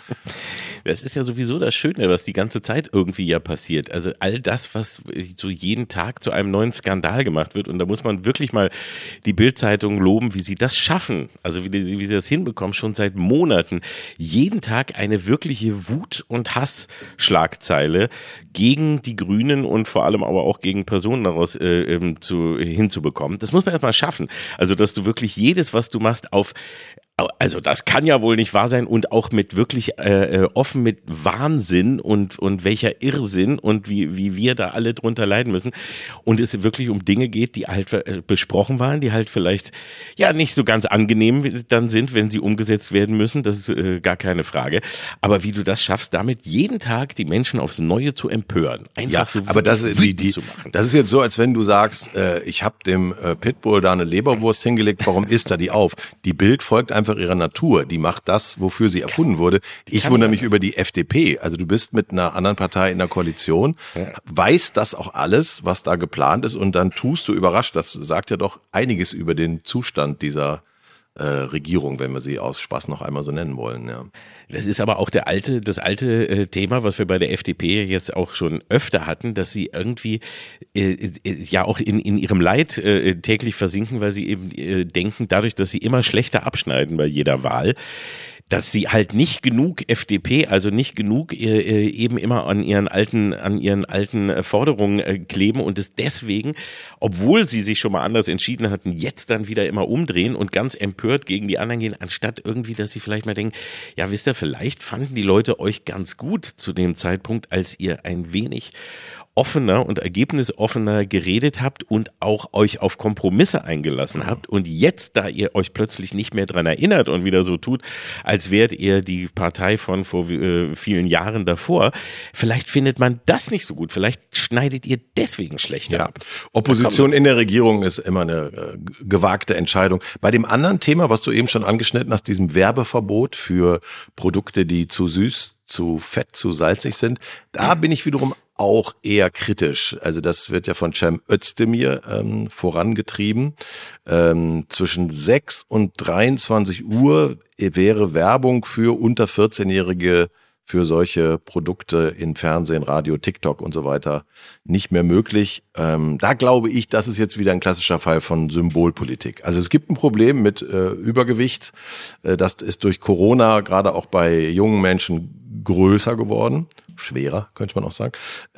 Das ist ja sowieso das Schöne, was die ganze Zeit irgendwie ja passiert. Also all das, was so jeden Tag zu einem neuen Skandal gemacht wird. Und da muss man wirklich mal die Bild-Zeitung loben, wie sie das schaffen. Also wie sie das hinbekommen, schon seit Monaten. Jeden Tag eine wirkliche Wut- und Hassschlagzeile gegen die Grünen und vor allem aber auch gegen Personen daraus hinzubekommen. Das muss man erstmal schaffen. Also, dass du wirklich jedes, was du machst, auf Also das kann ja wohl nicht wahr sein und auch mit wirklich offen mit Wahnsinn und welcher Irrsinn und wie wir da alle drunter leiden müssen und es wirklich um Dinge geht, die halt besprochen waren, die halt vielleicht ja nicht so ganz angenehm dann sind, wenn sie umgesetzt werden müssen, das ist gar keine Frage, aber wie du das schaffst, damit jeden Tag die Menschen aufs Neue zu empören, einfach so aber das wütend zu machen. Das ist jetzt so, als wenn du sagst, ich habe dem Pitbull da eine Leberwurst hingelegt, warum isst er die auf? Die Bild folgt einfach ihrer Natur. Die macht das, wofür sie erfunden wurde. Ich wundere mich über die FDP. Also du bist mit einer anderen Partei in der Koalition, weißt das auch alles, was da geplant ist und dann tust du überrascht. Das sagt ja doch einiges über den Zustand dieser Regierung, wenn wir sie aus Spaß noch einmal so nennen wollen. Ja. Das ist aber auch das alte Thema, was wir bei der FDP jetzt auch schon öfter hatten, dass sie irgendwie ja auch in ihrem Leid täglich versinken, weil sie eben denken, dadurch, dass sie immer schlechter abschneiden bei jeder Wahl, dass sie halt nicht genug FDP, also nicht genug eben immer an ihren alten Forderungen kleben und es deswegen, obwohl sie sich schon mal anders entschieden hatten, jetzt dann wieder immer umdrehen und ganz empört gegen die anderen gehen, anstatt irgendwie, dass sie vielleicht mal denken, ja wisst ihr, vielleicht fanden die Leute euch ganz gut zu dem Zeitpunkt, als ihr ein wenig offener und ergebnisoffener geredet habt und auch euch auf Kompromisse eingelassen habt und jetzt, da ihr euch plötzlich nicht mehr dran erinnert und wieder so tut, als wärt ihr die Partei von vor vielen Jahren davor, vielleicht findet man das nicht so gut, vielleicht schneidet ihr deswegen schlechter ab. Opposition in der Regierung ist immer eine gewagte Entscheidung. Bei dem anderen Thema, was du eben schon angeschnitten hast, diesem Werbeverbot für Produkte, die zu süß, zu fett, zu salzig sind, da bin ich wiederum auch eher kritisch. Also das wird ja von Cem Özdemir vorangetrieben. Zwischen 6 und 23 Uhr wäre Werbung für unter 14-Jährige für solche Produkte in Fernsehen, Radio, TikTok und so weiter nicht mehr möglich. Da glaube ich, das ist jetzt wieder ein klassischer Fall von Symbolpolitik. Also es gibt ein Problem mit Übergewicht. Das ist durch Corona gerade auch bei jungen Menschen größer geworden. Schwerer, könnte man auch sagen.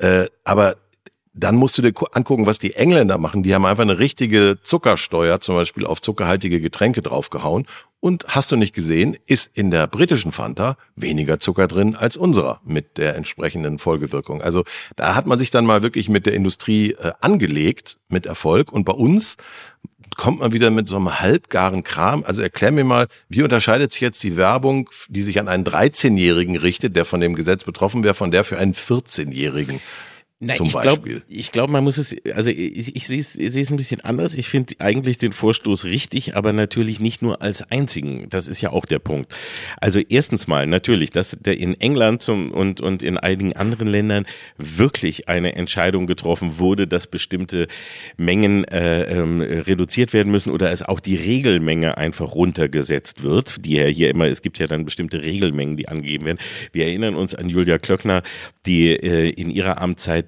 Aber dann musst du dir angucken, was die Engländer machen. Die haben einfach eine richtige Zuckersteuer, zum Beispiel auf zuckerhaltige Getränke draufgehauen. Und hast du nicht gesehen, ist in der britischen Fanta weniger Zucker drin als unserer mit der entsprechenden Folgewirkung. Also da hat man sich dann mal wirklich mit der Industrie angelegt, mit Erfolg. Und bei uns kommt man wieder mit so einem halbgaren Kram. Also erklär mir mal, wie unterscheidet sich jetzt die Werbung, die sich an einen 13-Jährigen richtet, der von dem Gesetz betroffen wäre, von der für einen 14-Jährigen? Nein, ich glaube, man muss es, also ich sehe es ein bisschen anders. Ich finde eigentlich den Vorstoß richtig, aber natürlich nicht nur als einzigen. Das ist ja auch der Punkt. Also erstens mal natürlich, dass in England und in einigen anderen Ländern wirklich eine Entscheidung getroffen wurde, dass bestimmte Mengen reduziert werden müssen oder es auch die Regelmenge einfach runtergesetzt wird, die ja hier immer, es gibt ja dann bestimmte Regelmengen, die angegeben werden. Wir erinnern uns an Julia Klöckner, die in ihrer Amtszeit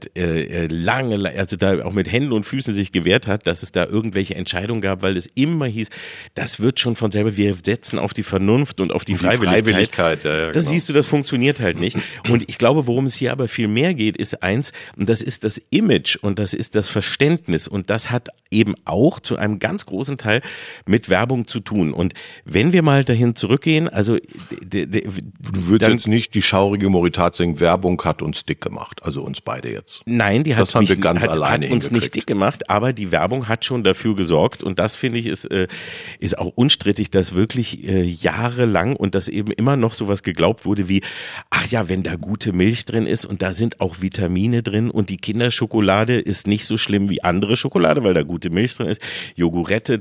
lange, also da auch mit Händen und Füßen sich gewehrt hat, dass es da irgendwelche Entscheidungen gab, weil es immer hieß, das wird schon von selber, wir setzen auf die Vernunft und auf die Freiwilligkeit. Ja, das siehst du, das funktioniert halt nicht. Und ich glaube, worum es hier aber viel mehr geht, ist eins, und das ist das Image und das ist das Verständnis und das hat eben auch zu einem ganz großen Teil mit Werbung zu tun. Und wenn wir mal dahin zurückgehen, also du würdest jetzt nicht die schaurige Moritaz sagen, Werbung hat uns dick gemacht, also uns beide jetzt. Nein, die hat uns nicht dick gemacht, aber die Werbung hat schon dafür gesorgt und das finde ich ist auch unstrittig, dass wirklich jahrelang und dass eben immer noch sowas geglaubt wurde wie, ach ja, wenn da gute Milch drin ist und da sind auch Vitamine drin und die Kinderschokolade ist nicht so schlimm wie andere Schokolade, weil da gute Milch drin ist. Jogurette,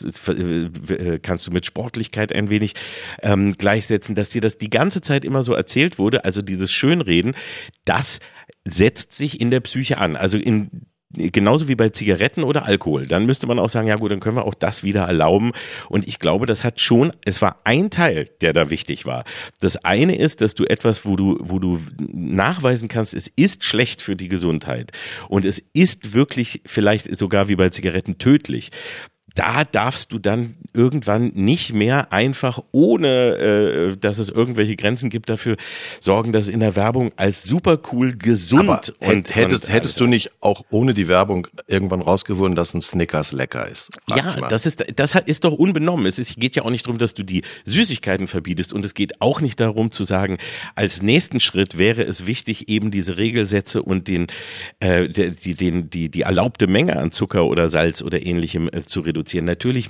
kannst du mit Sportlichkeit ein wenig gleichsetzen, dass dir das die ganze Zeit immer so erzählt wurde, also dieses Schönreden, das setzt sich in der Psyche an, also genauso wie bei Zigaretten oder Alkohol. Dann müsste man auch sagen, ja gut, dann können wir auch das wieder erlauben. Und ich glaube, es war ein Teil, der da wichtig war. Das eine ist, dass du etwas, wo du nachweisen kannst, es ist schlecht für die Gesundheit und es ist wirklich vielleicht sogar wie bei Zigaretten tödlich. da darfst du dann irgendwann nicht mehr einfach, ohne dass es irgendwelche Grenzen gibt, dafür sorgen, dass es in der Werbung als super cool, gesund aber hättest du nicht auch ohne die Werbung irgendwann rausgefunden, dass ein Snickers lecker ist? Ja, das ist doch unbenommen. Es geht ja auch nicht darum, dass du die Süßigkeiten verbietest, und es geht auch nicht darum zu sagen, als nächsten Schritt wäre es wichtig, eben diese Regelsätze und die erlaubte Menge an Zucker oder Salz oder ähnlichem zu reduzieren. Natürlich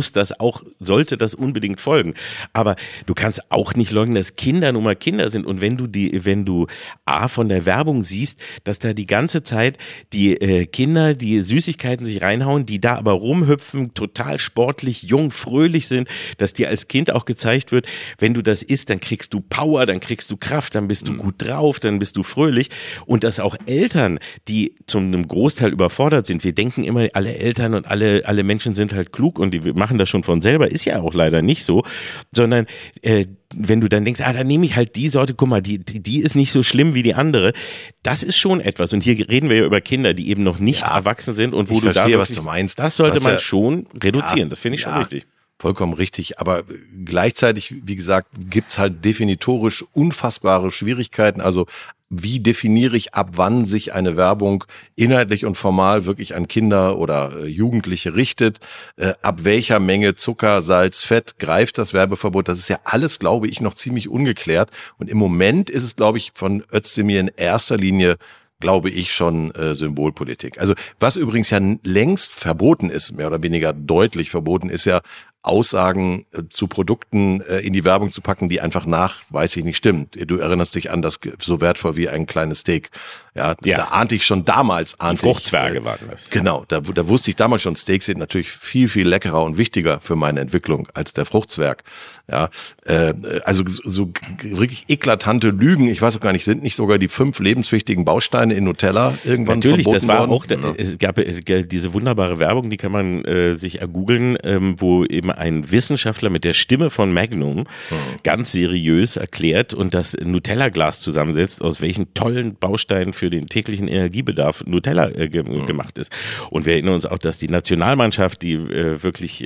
sollte das unbedingt folgen. Aber du kannst auch nicht leugnen, dass Kinder nun mal Kinder sind. Und wenn du von der Werbung siehst, dass da die ganze Zeit die Kinder, die Süßigkeiten sich reinhauen, die da aber rumhüpfen, total sportlich, jung, fröhlich sind, dass dir als Kind auch gezeigt wird, wenn du das isst, dann kriegst du Power, dann kriegst du Kraft, dann bist du gut drauf, dann bist du fröhlich. Und dass auch Eltern, die zu einem Großteil überfordert sind, wir denken immer, alle Eltern und alle Menschen sind halt klug und die machen das schon von selber, ist ja auch leider nicht so, sondern wenn du dann denkst, dann nehme ich halt die Sorte, guck mal, die ist nicht so schlimm wie die andere, das ist schon etwas. Und hier reden wir ja über Kinder, die eben noch nicht erwachsen sind und wo du da was du meinst. Das sollte man schon reduzieren, das finde ich schon richtig. Vollkommen richtig, aber gleichzeitig, wie gesagt, gibt's halt definitorisch unfassbare Schwierigkeiten. Also wie definiere ich, ab wann sich eine Werbung inhaltlich und formal wirklich an Kinder oder Jugendliche richtet? Ab welcher Menge Zucker, Salz, Fett greift das Werbeverbot? Das ist ja alles, glaube ich, noch ziemlich ungeklärt. Und im Moment ist es, glaube ich, von Özdemir in erster Linie, glaube ich, schon Symbolpolitik. Also was übrigens ja längst verboten ist, mehr oder weniger deutlich verboten, ist ja Aussagen zu Produkten in die Werbung zu packen, die einfach weiß ich nicht, stimmt. Du erinnerst dich an das so wertvoll wie ein kleines Steak. Ja. Da ahnte ich schon damals. Fruchtzwerge waren das. Genau, da wusste ich damals schon, Steaks sind natürlich viel, viel leckerer und wichtiger für meine Entwicklung als der Fruchtzwerg. Ja, also so wirklich eklatante Lügen, ich weiß auch gar nicht, sind nicht sogar die 5 lebenswichtigen Bausteine in Nutella irgendwann natürlich, verboten worden? Natürlich, das war auch, es gab diese wunderbare Werbung, die kann man sich ergoogeln, wo eben ein Wissenschaftler mit der Stimme von Magnum ganz seriös erklärt und das Nutella-Glas zusammensetzt, aus welchen tollen Bausteinen für den täglichen Energiebedarf Nutella gemacht ist. Und wir erinnern uns auch, dass die Nationalmannschaft, die wirklich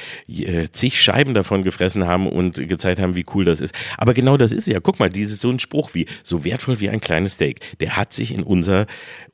zig Scheiben davon gefressen haben und gezeigt haben, wie cool das ist. Aber genau das ist ja, guck mal, so ein Spruch wie, so wertvoll wie ein kleines Steak, der hat sich in unser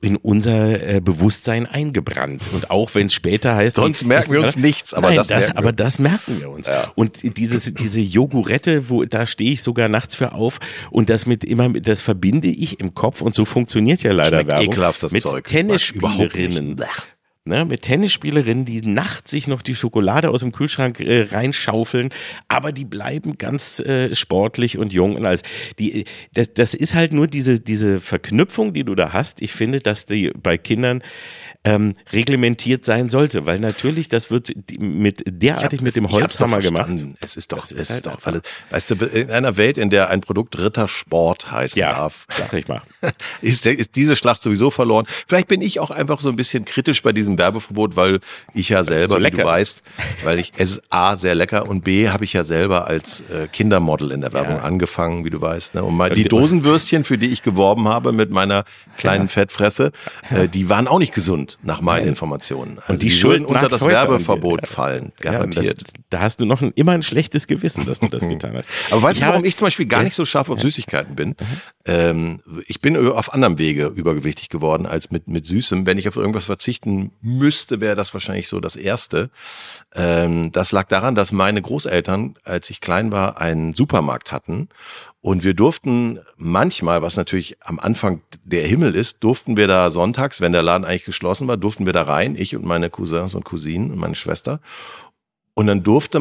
Bewusstsein eingebrannt. Und auch wenn es später heißt... Sonst merken wir uns nichts, aber das merken wir uns. Ja. Und diese Jogurette, da stehe ich sogar nachts für auf und das verbinde ich im Kopf und so funktioniert ja leider Werbung. Ekelhaft, das mit Zeug. Tennisspielerinnen. Mit Tennisspielerinnen, die nachts sich noch die Schokolade aus dem Kühlschrank reinschaufeln, aber die bleiben ganz sportlich und jung und alles. Das ist halt nur diese Verknüpfung, die du da hast. Ich finde, dass die bei Kindern reglementiert sein sollte, weil natürlich das wird mit dem Holzhammer gemacht. Es ist doch alles. Weißt du, in einer Welt, in der ein Produkt Rittersport heißen darf, sag ich mal, ist diese Schlacht sowieso verloren. Vielleicht bin ich auch einfach so ein bisschen kritisch bei diesem Werbeverbot, weil ich ja selber, wie du weißt, weil es A, sehr lecker und B, habe ich ja selber als Kindermodel in der Werbung angefangen, wie du weißt. Ne? Und die Dosenwürstchen, für die ich geworben habe mit meiner kleinen Fettfresse, die waren auch nicht gesund. Nach meinen Informationen. Also und die Schulden unter das Werbeverbot fallen, garantiert. Da hast du immer ein schlechtes Gewissen, dass du das getan hast. Aber weißt du, warum ich zum Beispiel gar nicht so scharf auf Süßigkeiten bin? Ich bin auf anderem Wege übergewichtig geworden als mit Süßem. Wenn ich auf irgendwas verzichten müsste, wäre das wahrscheinlich so das Erste. Das lag daran, dass meine Großeltern, als ich klein war, einen Supermarkt hatten. Und wir durften manchmal, was natürlich am Anfang der Himmel ist, durften wir da sonntags, wenn der Laden eigentlich geschlossen war, durften wir da rein, ich und meine Cousins und Cousinen und meine Schwester. Und dann durfte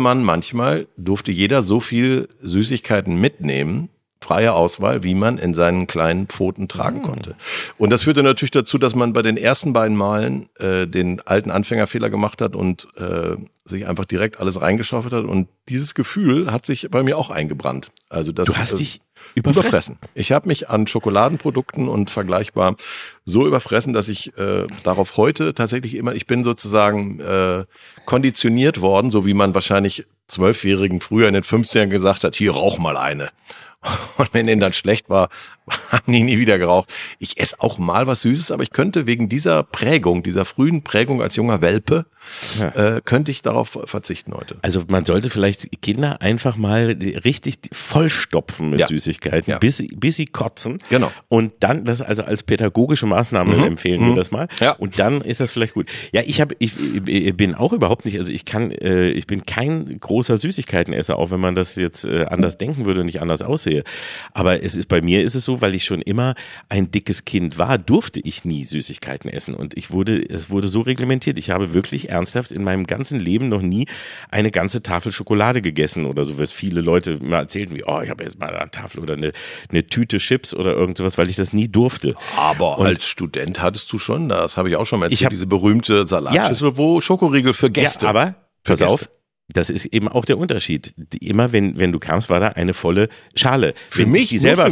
jeder so viel Süßigkeiten mitnehmen, freie Auswahl, wie man in seinen kleinen Pfoten tragen konnte. Und das führte natürlich dazu, dass man bei den ersten beiden Malen den alten Anfängerfehler gemacht hat und sich einfach direkt alles reingeschaufelt hat. Und dieses Gefühl hat sich bei mir auch eingebrannt. Also das, du hast dich überfressen. Ich habe mich an Schokoladenprodukten und vergleichbar so überfressen, dass ich darauf heute tatsächlich ich bin sozusagen konditioniert worden, so wie man wahrscheinlich 12-Jährigen früher in den 50ern gesagt hat, hier rauch mal eine. Und wenn denen dann schlecht war, haben die nie wieder geraucht. Ich esse auch mal was Süßes, aber ich könnte wegen dieser Prägung, dieser frühen Prägung als junger Welpe, könnte ich darauf verzichten heute. Also man sollte vielleicht Kinder einfach mal richtig vollstopfen mit Süßigkeiten, bis sie kotzen. Genau. Und dann das also als pädagogische Maßnahme empfehlen wir das mal. Ja. Und dann ist das vielleicht gut. Ja, ich bin auch überhaupt nicht, also ich bin kein großer Süßigkeitenesser, auch wenn man das jetzt anders denken würde und nicht anders aussehe. Aber bei mir ist es so, weil ich schon immer ein dickes Kind war, durfte ich nie Süßigkeiten essen. Und es wurde so reglementiert. Ich habe wirklich ernsthaft in meinem ganzen Leben noch nie eine ganze Tafel Schokolade gegessen oder so, was viele Leute mal erzählten, wie, ich habe jetzt mal eine Tafel oder eine Tüte Chips oder irgend sowas, weil ich das nie durfte. Aber als Student hattest du schon, das habe ich auch schon mal erzählt, diese berühmte Salatschüssel, wo Schokoriegel für Gäste. Ja, aber pass auf. Das ist eben auch der Unterschied. Immer wenn du kamst, war da eine volle Schale. Wenn ich sie selber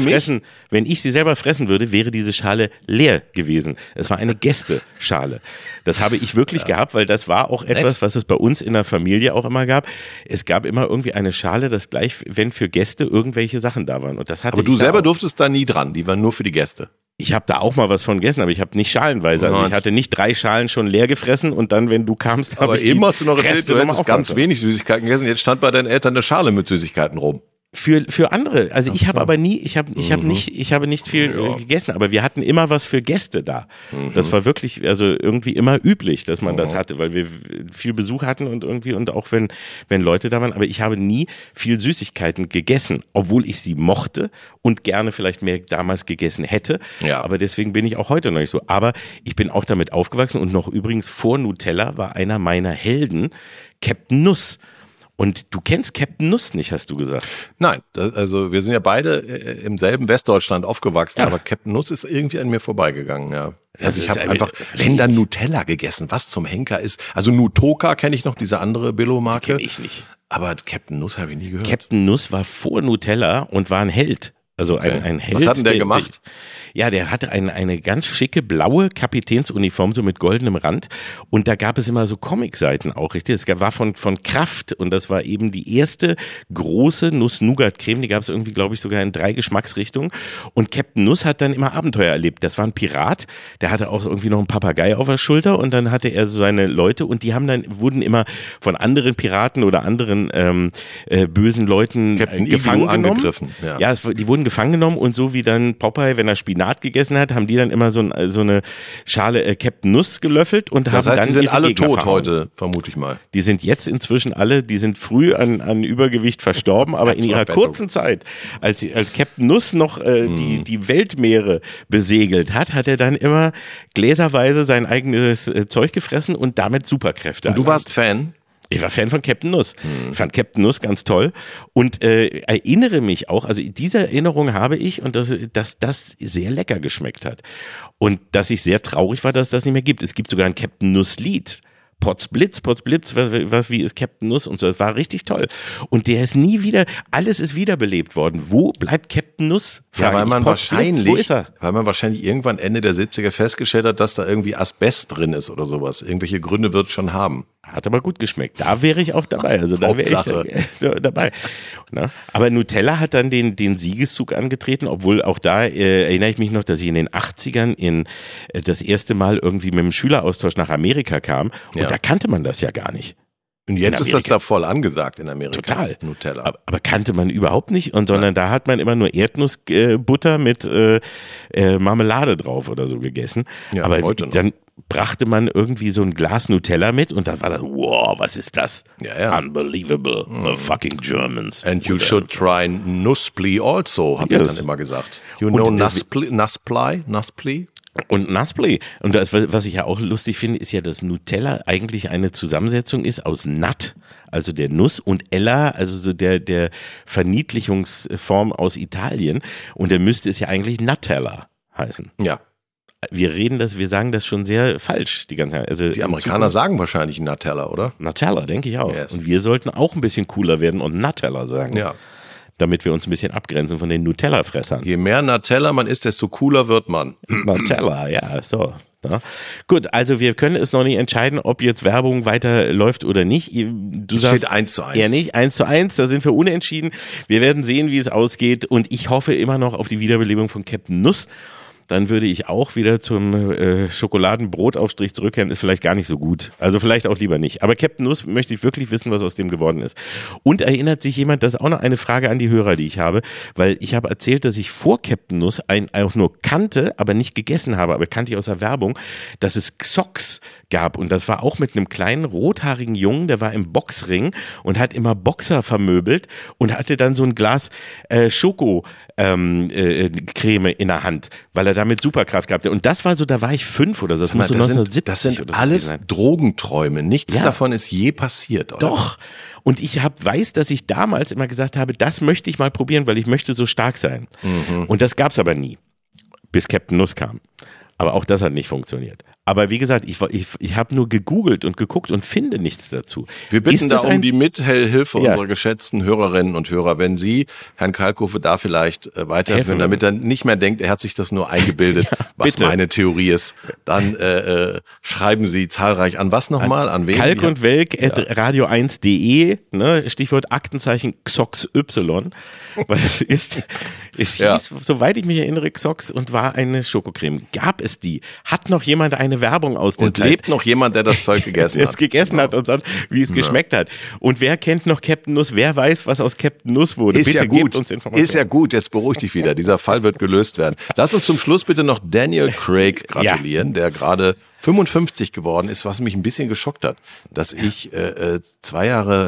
fressen würde, wäre diese Schale leer gewesen. Es war eine Gästeschale. Das habe ich wirklich gehabt, weil das war auch etwas, was es bei uns in der Familie auch immer gab. Es gab immer irgendwie eine Schale, das gleich, wenn für Gäste irgendwelche Sachen da waren. Und das hatte aber du selber durftest da nie dran, die waren nur für die Gäste. Ich habe da auch mal was von gegessen, aber ich habe nicht schalenweise. Also ich hatte nicht 3 Schalen schon leer gefressen und dann, wenn du kamst, habe ich eben hast du noch erzählt, du hättest ganz wenig Süßigkeiten gegessen. Jetzt stand bei deinen Eltern eine Schale mit Süßigkeiten rum. Für andere. Also ich habe aber nie, ich habe nicht viel gegessen, aber wir hatten immer was für Gäste da. Das war wirklich, also irgendwie immer üblich, dass man das hatte, weil wir viel Besuch hatten und irgendwie und auch wenn Leute da waren, aber ich habe nie viel Süßigkeiten gegessen, obwohl ich sie mochte und gerne vielleicht mehr damals gegessen hätte. Ja. Aber deswegen bin ich auch heute noch nicht so. Aber ich bin auch damit aufgewachsen und noch übrigens vor Nutella war einer meiner Helden Captain Nuss. Und du kennst Captain Nuss nicht, hast du gesagt? Nein, also wir sind ja beide im selben Westdeutschland aufgewachsen, aber Captain Nuss ist irgendwie an mir vorbeigegangen, ja. Also ich habe einfach, wenn dann Nutella gegessen, was zum Henker ist. Also Nutoka kenne ich noch, diese andere Billo-Marke. Kenn ich nicht. Aber Captain Nuss habe ich nie gehört. Captain Nuss war vor Nutella und war ein Held. Also ein Held. Was hat denn der gemacht? Der hatte eine ganz schicke blaue Kapitänsuniform, so mit goldenem Rand. Und da gab es immer so Comicseiten auch, richtig? Es war von Kraft und das war eben die erste große Nuss-Nougat-Creme. Die gab es irgendwie, glaube ich, sogar in 3 Geschmacksrichtungen. Und Captain Nuss hat dann immer Abenteuer erlebt. Das war ein Pirat, der hatte auch irgendwie noch einen Papagei auf der Schulter und dann hatte er so seine Leute und die wurden immer von anderen Piraten oder anderen bösen Leuten gefangen genommen. Die wurden gefangen genommen und so wie dann Popeye, wenn er Spinat gegessen hat, haben die dann immer so eine Schale Captain Nuss gelöffelt und haben dann die sind alle Gegner tot verhauen. heute, vermute ich mal. Die sind jetzt inzwischen alle, die sind früh an Übergewicht verstorben, aber in ihrer kurzen Zeit, als Captain Nuss noch die Weltmeere besegelt hat er dann immer gläserweise sein eigenes Zeug gefressen und damit Superkräfte. Und du warst Fan? Ich war Fan von Captain Nuss. Ich fand Captain Nuss ganz toll und erinnere mich auch, also diese Erinnerung habe ich und dass das sehr lecker geschmeckt hat und dass ich sehr traurig war, dass es das nicht mehr gibt. Es gibt sogar ein Captain Nuss-Lied. Potzblitz, wie ist Captain Nuss und so. Das war richtig toll. Und der ist nie wieder, alles ist wiederbelebt worden. Wo bleibt Captain Nuss? Ja, weil man wahrscheinlich irgendwann Ende der 70er festgestellt hat, dass da irgendwie Asbest drin ist oder sowas. Irgendwelche Gründe wird es schon haben. Hat aber gut geschmeckt. Da wäre ich auch dabei. Also da wäre ich dabei. Na? Aber Nutella hat dann den Siegeszug angetreten, obwohl auch da erinnere ich mich noch, dass ich in den 80ern das erste Mal irgendwie mit dem Schüleraustausch nach Amerika kam und da kannte man das ja gar nicht. Und jetzt ist das da voll angesagt in Amerika. Total. Nutella. Aber kannte man überhaupt nicht, sondern da hat man immer nur Erdnussbutter mit Marmelade drauf oder so gegessen. Ja, aber heute noch. Dann brachte man irgendwie so ein Glas Nutella mit und da war das, wow, was ist das? Ja. Unbelievable. The fucking Germans. And you should try Nusspli also, habe ich dann immer gesagt. You know Nusspli? Und Nusspli. Und das, was ich ja auch lustig finde, ist ja, dass Nutella eigentlich eine Zusammensetzung ist aus Nut, also der Nuss, und Ella, also so der Verniedlichungsform aus Italien. Und dann müsste es ja eigentlich Nutella heißen. Ja. Wir sagen das schon sehr falsch die ganze Zeit. Also die Amerikaner sagen wahrscheinlich Nutella, oder? Nutella, denke ich auch. Yes. Und wir sollten auch ein bisschen cooler werden und Nutella sagen. Ja. Damit wir uns ein bisschen abgrenzen von den Nutella-Fressern. Je mehr Nutella man isst, desto cooler wird man. Nutella, ja, so. Ja. Gut, also wir können es noch nicht entscheiden, ob jetzt Werbung weiterläuft oder nicht. Du sagst steht 1:1. Eher nicht, 1:1, da sind wir unentschieden. Wir werden sehen, wie es ausgeht und ich hoffe immer noch auf die Wiederbelebung von Captain Nuss. Dann würde ich auch wieder zum Schokoladenbrotaufstrich zurückkehren, ist vielleicht gar nicht so gut. Also vielleicht auch lieber nicht. Aber Captain Nuss möchte ich wirklich wissen, was aus dem geworden ist. Und erinnert sich jemand, das ist auch noch eine Frage an die Hörer, die ich habe, weil ich habe erzählt, dass ich vor Captain Nuss auch nur kannte, aber nicht gegessen habe, aber kannte ich aus der Werbung, dass es Xox gab und das war auch mit einem kleinen rothaarigen Jungen, der war im Boxring und hat immer Boxer vermöbelt und hatte dann so ein Glas Schoko Creme in der Hand, weil er damit Superkraft gehabt hat. Und das war so, da war ich 5 oder so. Das muss so 1970 das sind oder so alles sein. Drogenträume. Nichts davon ist je passiert, oder? Doch. Und ich weiß, dass ich damals immer gesagt habe, das möchte ich mal probieren, weil ich möchte so stark sein. Mhm. Und das gab's aber nie, bis Captain Nuss kam. Aber auch das hat nicht funktioniert. Aber wie gesagt, ich habe nur gegoogelt und geguckt und finde nichts dazu. Wir bitten da um die Mithilfe unserer geschätzten Hörerinnen und Hörer. Wenn Sie, Herrn Kalkofe, da vielleicht weiterhelfen, damit er nicht mehr denkt, er hat sich das nur eingebildet, was meine Theorie ist, dann schreiben Sie zahlreich an. Was nochmal? An wen? Kalk und Welk @radio1.de, ne? Stichwort Aktenzeichen Xox Y. Weil es hieß, soweit ich mich erinnere, Xox und war eine Schokocreme. Gab es die? Hat noch jemand eine Werbung aus der Zeit? Und lebt noch jemand, der das Zeug gegessen hat? Und sagt, wie es geschmeckt hat. Und wer kennt noch Captain Nuss? Wer weiß, was aus Captain Nuss wurde? Ist bitte ja gut. Gebt uns Informationen. Ist ja gut. Jetzt beruhig dich wieder. Dieser Fall wird gelöst werden. Lass uns zum Schluss bitte noch Daniel Craig gratulieren, der gerade 55 geworden ist, was mich ein bisschen geschockt hat, dass ich fast 2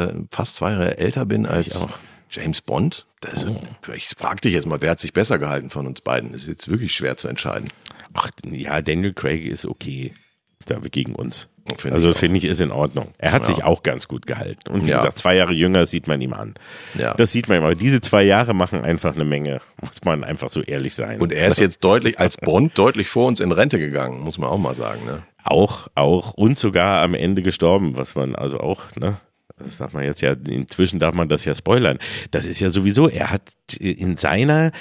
Jahre älter bin als James Bond. Ich frag dich jetzt mal, wer hat sich besser gehalten von uns beiden? Ist jetzt wirklich schwer zu entscheiden. Ach ja, Daniel Craig ist okay. Da gegen uns. Finde ich, ist in Ordnung. Er hat sich auch ganz gut gehalten. Und wie gesagt, 2 Jahre jünger sieht man ihm an. Ja. Das sieht man ihm. Aber diese 2 Jahre machen einfach eine Menge. Muss man einfach so ehrlich sein. Und er ist jetzt als Bond deutlich vor uns in Rente gegangen, muss man auch mal sagen. Ne? Auch. Und sogar am Ende gestorben, was man also auch, ne? Das darf man jetzt inzwischen darf man das ja spoilern. Das ist ja sowieso, er hat in seiner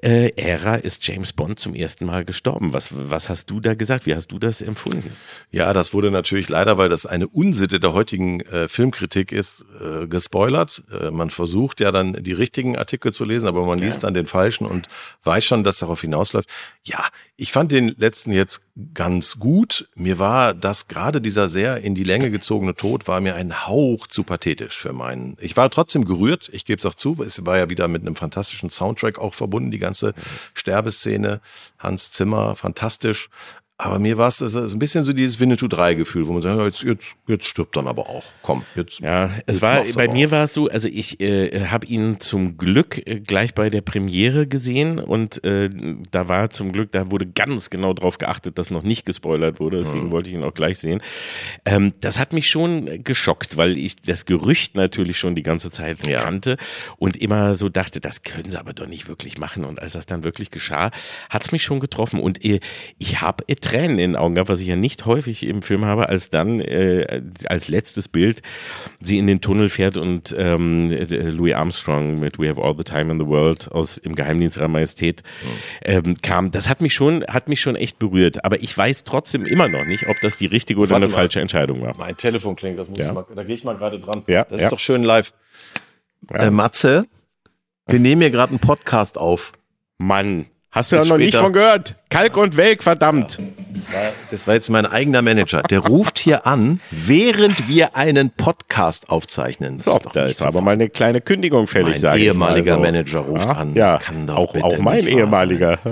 Ära ist James Bond zum ersten Mal gestorben. Was hast du da gesagt? Wie hast du das empfunden? Ja, das wurde natürlich leider, weil das eine Unsitte der heutigen Filmkritik ist, gespoilert. Man versucht ja dann die richtigen Artikel zu lesen, aber man liest dann den falschen und weiß schon, dass darauf hinausläuft. Ja, ich fand den letzten jetzt ganz gut. Mir war das gerade dieser sehr in die Länge gezogene Tod war mir ein Hauch zu pathetisch für meinen. Ich war trotzdem gerührt, ich gebe es auch zu, es war ja wieder mit einem fantastischen Soundtrack auch verbunden, die ganze Sterbeszene, Hans Zimmer, fantastisch. Aber mir war es ein bisschen so dieses Winnetou 3 Gefühl, wo man sagt, jetzt stirbt dann aber auch. Komm, jetzt. Ja, bei mir war es so, also ich habe ihn zum Glück gleich bei der Premiere gesehen und da wurde ganz genau drauf geachtet, dass noch nicht gespoilert wurde, deswegen wollte ich ihn auch gleich sehen. Das hat mich schon geschockt, weil ich das Gerücht natürlich schon die ganze Zeit kannte und immer so dachte, das können sie aber doch nicht wirklich machen. Und als das dann wirklich geschah, hat es mich schon getroffen und ich habe Tränen in den Augen gehabt, was ich ja nicht häufig im Film habe, als dann als letztes Bild sie in den Tunnel fährt und Louis Armstrong mit We Have All the Time in the World aus Im Geheimdienst ihrer Majestät kam. Das hat mich schon echt berührt. Aber ich weiß trotzdem immer noch nicht, ob das die richtige oder eine falsche Entscheidung war. Mein Telefon klingelt, da gehe ich mal gerade dran. Ja, das ist doch schön live. Matze, wir nehmen hier gerade einen Podcast auf. Mann. Hast du ja noch nicht von gehört. Kalk und Welk, verdammt. Das war jetzt mein eigener Manager. Der ruft hier an, während wir einen Podcast aufzeihmen. So, da ist aber mal eine kleine Kündigung fällig, sage ich mal. Mein ehemaliger Manager ruft an. Ja, das kann doch auch mein ehemaliger.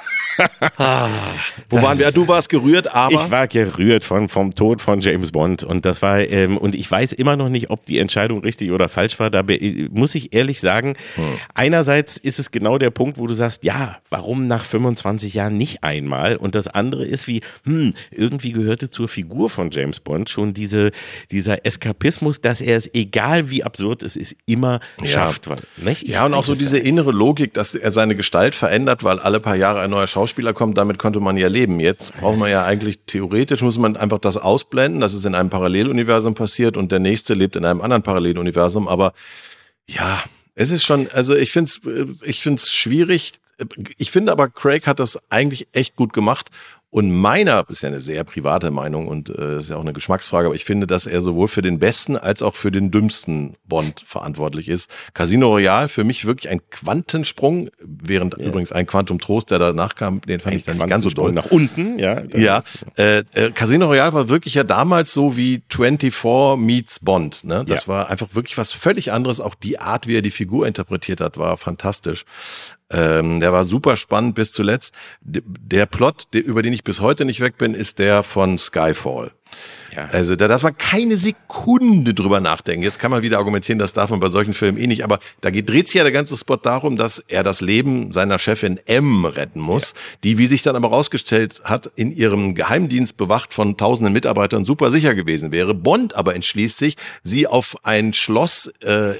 Wo waren wir? Du warst gerührt, aber... Ich war gerührt vom Tod von James Bond und das war, und ich weiß immer noch nicht, ob die Entscheidung richtig oder falsch war. Da muss ich ehrlich sagen, einerseits ist es genau der Punkt, wo du sagst, ja, warum nach 25 Jahren nicht einmal? Und das andere ist wie, irgendwie gehörte zur Figur von James Bond schon dieser Eskapismus, dass er es, egal wie absurd es ist, immer schafft. Ja, und auch so diese innere Logik, dass er seine Gestalt verändert, weil alle paar Jahre ein neuer Schauspieler kommt, damit konnte man ja leben. Jetzt braucht man ja eigentlich, theoretisch muss man einfach das ausblenden, dass es in einem Paralleluniversum passiert und der nächste lebt in einem anderen Paralleluniversum, aber ja, es ist schon, also ich find's schwierig. Ich finde aber, Craig hat das eigentlich echt gut gemacht Und meiner, ist ja eine sehr private Meinung und ist ja auch eine Geschmacksfrage, aber ich finde, dass er sowohl für den besten als auch für den dümmsten Bond verantwortlich ist. Casino Royale für mich wirklich ein Quantensprung, während übrigens ein Quantum Trost, der danach kam, den fand ich dann nicht ganz so doll. Nach unten, ja. Ja, Casino Royale war wirklich ja damals so wie 24 meets Bond. Ne? Das war einfach wirklich was völlig anderes. Auch die Art, wie er die Figur interpretiert hat, war fantastisch. Der war super spannend bis zuletzt. Der Plot, über den ich bis heute nicht weg bin, ist der von Skyfall. Ja. Also da darf man keine Sekunde drüber nachdenken. Jetzt kann man wieder argumentieren, das darf man bei solchen Filmen eh nicht, aber da dreht sich ja der ganze Spot darum, dass er das Leben seiner Chefin M retten muss, die, wie sich dann aber rausgestellt hat, in ihrem Geheimdienst bewacht von tausenden Mitarbeitern super sicher gewesen wäre. Bond aber entschließt sich, sie auf ein Schloss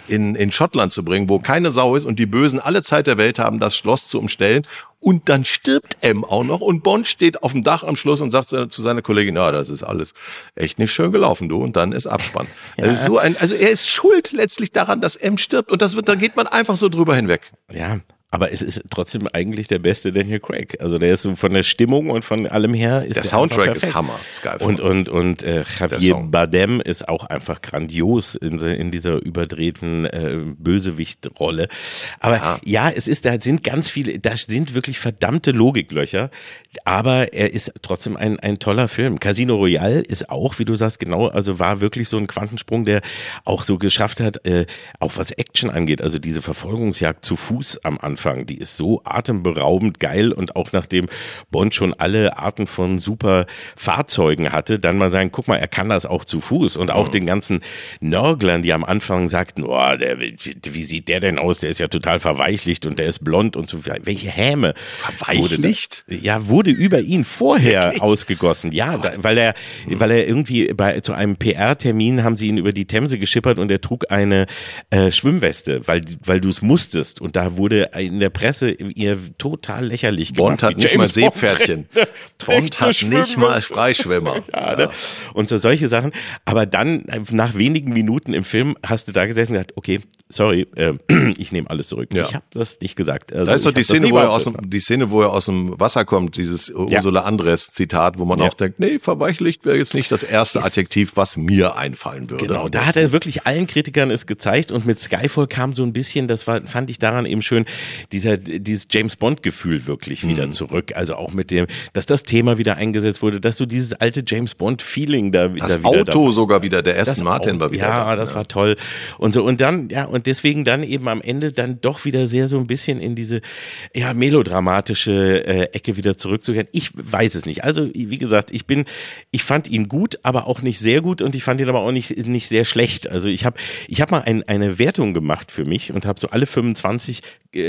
in Schottland zu bringen, wo keine Sau ist und die Bösen alle Zeit der Welt haben, das Schloss zu umstellen. Und dann stirbt M auch noch und Bond steht auf dem Dach am Schluss und sagt zu seiner Kollegin, ja, das ist alles echt nicht schön gelaufen, du. Und dann ist Abspann. Ja. Also er ist schuld letztlich daran, dass M stirbt und da geht man einfach so drüber hinweg. Ja. Aber es ist trotzdem eigentlich der beste Daniel Craig. Also der ist so von der Stimmung und von allem her ist der Soundtrack ist Hammer. Skyfall. Und Javier Bardem ist auch einfach grandios in dieser überdrehten Bösewicht-Rolle. Aber da sind wirklich verdammte Logiklöcher. Aber er ist trotzdem ein toller Film. Casino Royale ist auch, wie du sagst, genau, also war wirklich so ein Quantensprung, der auch so geschafft hat, auch was Action angeht. Also diese Verfolgungsjagd zu Fuß am Anfang. Die ist so atemberaubend geil und auch nachdem Bond schon alle Arten von super Fahrzeugen hatte, dann mal sagen, guck mal, er kann das auch zu Fuß und auch den ganzen Nörglern, die am Anfang sagten, wie sieht der denn aus? Der ist ja total verweichlicht und der ist blond und so. Welche Häme. Verweichlicht? Wurde über ihn vorher ausgegossen. Ja, weil er irgendwie zu einem PR-Termin haben sie ihn über die Themse geschippert und er trug eine Schwimmweste, weil du es musstest und da wurde in der Presse ihr total lächerlich gemacht. Bond hat nicht mal Seepferdchen. Bond hat nicht mal Freischwimmer. Ja, ne? Und so solche Sachen. Aber dann, nach wenigen Minuten im Film, hast du da gesessen und gesagt, okay, sorry, ich nehme alles zurück. Ja. Ich habe das nicht gesagt. Also, da ist doch die Szene, wo er aus dem Wasser kommt, dieses Ursula Andress Zitat, wo man auch denkt, nee, verweichlicht wäre jetzt nicht das erste Adjektiv, was mir einfallen würde. Genau, da hat er wirklich allen Kritikern es gezeigt und mit Skyfall kam so ein bisschen, fand ich daran eben schön, dieses James-Bond-Gefühl wirklich wieder zurück. Also auch mit dem, dass das Thema wieder eingesetzt wurde, dass du dieses alte James-Bond-Feeling da wieder... Das Auto sogar wieder, der Aston Martin war wieder da. Das war toll. Und so, und dann, und deswegen dann eben am Ende dann doch wieder sehr so ein bisschen in diese, melodramatische Ecke wieder zurückzukehren. Ich weiß es nicht. Also, wie gesagt, ich fand ihn gut, aber auch nicht sehr gut und ich fand ihn aber auch nicht sehr schlecht. Also ich hab mal eine Wertung gemacht für mich und habe so alle 25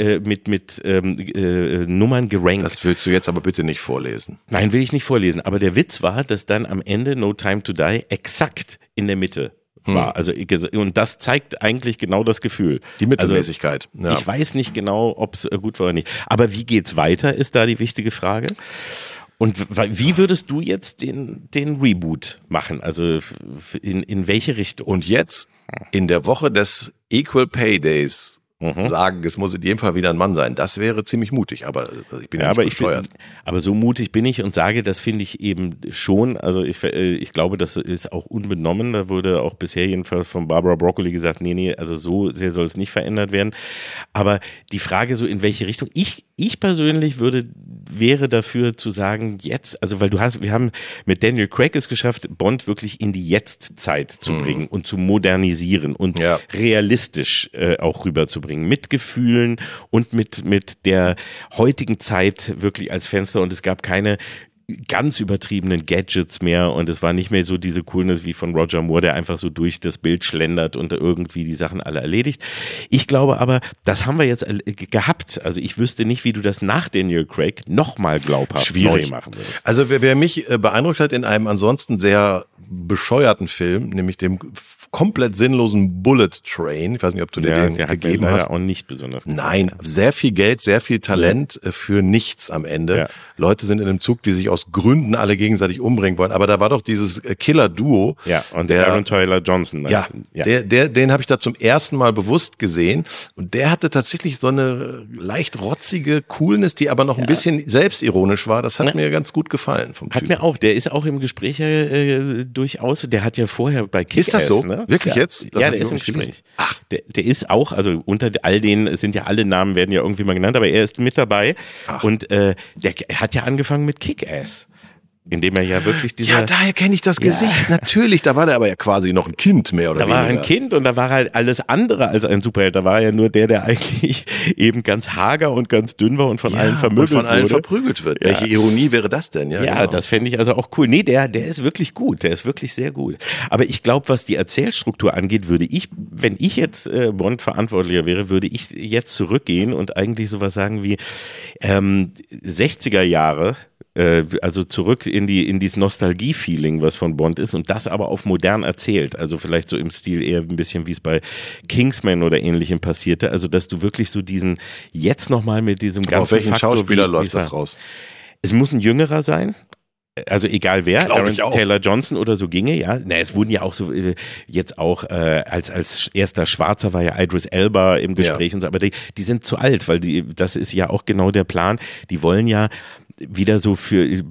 mit Nummern gerankt. Das willst du jetzt aber bitte nicht vorlesen. Nein, will ich nicht vorlesen. Aber der Witz war, dass dann am Ende No Time to Die exakt in der Mitte war. Also, und das zeigt eigentlich genau das Gefühl. Die Mittelmäßigkeit. Also, ja. Ich weiß nicht genau, ob es gut war oder nicht. Aber wie geht's weiter, ist da die wichtige Frage. Und wie würdest du jetzt den Reboot machen? Also in welche Richtung? Und jetzt in der Woche des Equal Pay Days sagen, es muss in jedem Fall wieder ein Mann sein. Das wäre ziemlich mutig, aber ich bin ja nicht bescheuert. Aber so mutig bin ich und sage, das finde ich eben schon. Also ich glaube, das ist auch unbenommen. Da wurde auch bisher jedenfalls von Barbara Broccoli gesagt, nee, also so sehr soll es nicht verändert werden. Aber die Frage so, in welche Richtung? Ich persönlich wäre dafür zu sagen, jetzt, also weil wir haben mit Daniel Craig es geschafft, Bond wirklich in die Jetztzeit zu bringen und zu modernisieren und realistisch auch rüberzubringen. Mit Gefühlen und mit der heutigen Zeit wirklich als Fenster und es gab keine ganz übertriebenen Gadgets mehr und es war nicht mehr so diese Coolness wie von Roger Moore, der einfach so durch das Bild schlendert und irgendwie die Sachen alle erledigt. Ich glaube aber, das haben wir jetzt gehabt. Also ich wüsste nicht, wie du das nach Daniel Craig nochmal glaubhaft neu machen würdest. Also wer mich beeindruckt hat in einem ansonsten sehr bescheuerten Film, nämlich dem komplett sinnlosen Bullet Train. Ich weiß nicht, ob du dir den gegeben hast. Auch nicht besonders gut. Nein, sehr viel Geld, sehr viel Talent für nichts am Ende. Ja. Leute sind in einem Zug, die sich aus Gründen alle gegenseitig umbringen wollen. Aber da war doch dieses Killer-Duo. Ja, und der Aaron Taylor Johnson. Ja, den habe ich da zum ersten Mal bewusst gesehen. Und der hatte tatsächlich so eine leicht rotzige Coolness, die aber noch ein bisschen selbstironisch war. Das hat mir ganz gut gefallen vom Typ. Hat mir auch. Der ist auch im Gespräch durchaus. Der hat ja vorher bei Kick-Ass. Ist das so? Ne? Wirklich jetzt? Das der ist im Gespräch. Ach, der ist auch, also unter all denen sind ja alle Namen werden ja irgendwie mal genannt, aber er ist mit dabei. Ach. Und der hat ja angefangen mit Kick-Ass. Indem er ja wirklich Ja, daher kenne ich das Gesicht. Natürlich, da war der aber ja quasi noch ein Kind mehr oder weniger. Da war ein Kind und da war halt alles andere als ein Superheld. Da war ja nur der eigentlich eben ganz hager und ganz dünn war und von allen vermöbelt und von allen verprügelt wird. Ja. Welche Ironie wäre das denn? Ja, genau. Das fände ich also auch cool. Nee, der ist wirklich gut. Der ist wirklich sehr gut. Aber ich glaube, was die Erzählstruktur angeht, würde ich, wenn ich jetzt Bond-Verantwortlicher wäre, würde ich jetzt zurückgehen und eigentlich sowas sagen wie 60er Jahre, also zurück in dieses Nostalgie-Feeling, was von Bond ist und das aber auf modern erzählt. Also vielleicht so im Stil eher ein bisschen, wie es bei Kingsman oder Ähnlichem passierte. Also dass du wirklich so diesen, jetzt nochmal mit diesem ganzen Faktor. Auf welchen Schauspieler läuft das raus? Es muss ein Jüngerer sein. Also egal wer, Aaron Taylor Johnson oder so ginge, ja. Na, es wurden ja auch so jetzt auch als erster Schwarzer war ja Idris Elba im Gespräch und so, aber die sind zu alt, weil das ist ja auch genau der Plan. Die wollen ja wieder so für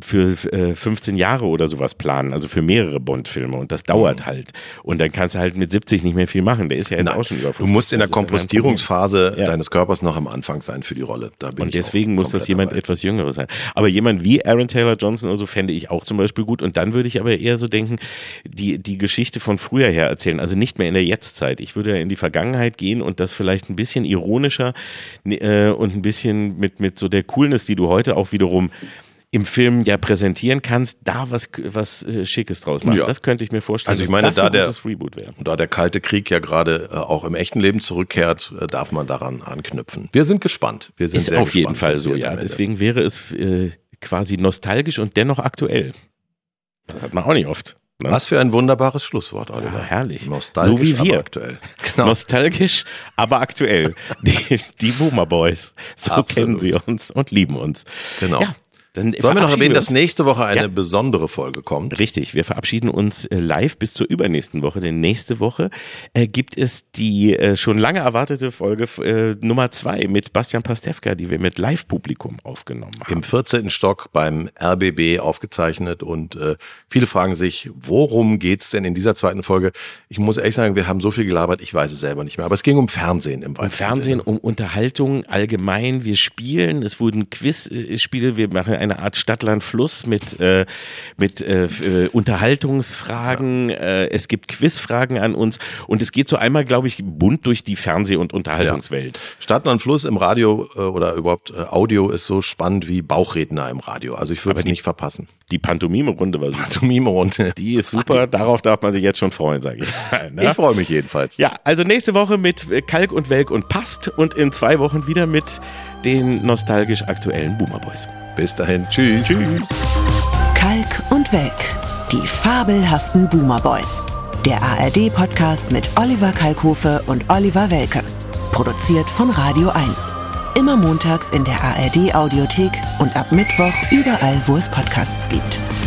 15 Jahre oder sowas planen, also für mehrere Bond-Filme und das dauert halt. Und dann kannst du halt mit 70 nicht mehr viel machen. Der ist ja jetzt auch schon über 50. Du musst in der Kompostierungsphase deines Körpers noch am Anfang sein für die Rolle. Und deswegen muss das jemand etwas Jüngeres sein. Aber jemand wie Aaron Taylor Johnson oder so fände ich auch zum Beispiel gut. Und dann würde ich aber eher so denken, die Geschichte von früher her erzählen, also nicht mehr in der Jetztzeit. Ich würde ja in die Vergangenheit gehen und das vielleicht ein bisschen ironischer und ein bisschen mit so der Coolness, die du heute auch wiederum im Film ja präsentieren kannst, da was Schickes draus machen. Ja. Das könnte ich mir vorstellen. Also ich meine, da der Kalte Krieg ja gerade auch im echten Leben zurückkehrt, darf man daran anknüpfen. Wir sind gespannt. Wir sind ist sehr auf jeden Fall so, ja. Deswegen wäre es quasi nostalgisch und dennoch aktuell. Das hat man auch nicht oft. Ne? Was für ein wunderbares Schlusswort, Oliver. Ja, herrlich. Nostalgisch, so wie wir. Aber aktuell. Genau. Nostalgisch, aber aktuell. Die Boomer Boys. So Absolut. Kennen sie uns und lieben uns. Genau. Ja. Dann sollen wir noch erwähnen, dass nächste Woche eine besondere Folge kommt? Richtig, wir verabschieden uns live bis zur übernächsten Woche, denn nächste Woche gibt es die schon lange erwartete Folge Nummer 2 mit Bastian Pastewka, die wir mit Live-Publikum aufgenommen haben. Im 14. Stock beim RBB aufgezeichnet und viele fragen sich, worum geht's denn in dieser zweiten Folge? Ich muss ehrlich sagen, wir haben so viel gelabert, ich weiß es selber nicht mehr, aber es ging um Fernsehen im Um Fernsehen, um Unterhaltung allgemein, wir spielen, es wurden Quizspiele, wir machen eine Art Stadt-Land-Fluss mit Unterhaltungsfragen. Ja. Es gibt Quizfragen an uns und es geht so einmal, glaube ich, bunt durch die Fernseh- und Unterhaltungswelt. Ja. Stadt-Land-Fluss im Radio oder überhaupt Audio ist so spannend wie Bauchredner im Radio. Also ich würde es nicht verpassen. Die Pantomime-Runde war super. Pantomime-Runde. Die ist super, darauf darf man sich jetzt schon freuen, sage ich mal. Ne? Ich freue mich jedenfalls. Ja, also nächste Woche mit Kalk und Welk und Past und in 2 Wochen wieder mit den nostalgisch aktuellen Boomer Boys. Bis dahin, tschüss. Tschüss. Kalk und Welk, die fabelhaften Boomer Boys. Der ARD-Podcast mit Oliver Kalkofe und Oliver Welke. Produziert von Radio 1. Immer montags in der ARD-Audiothek und ab Mittwoch überall, wo es Podcasts gibt.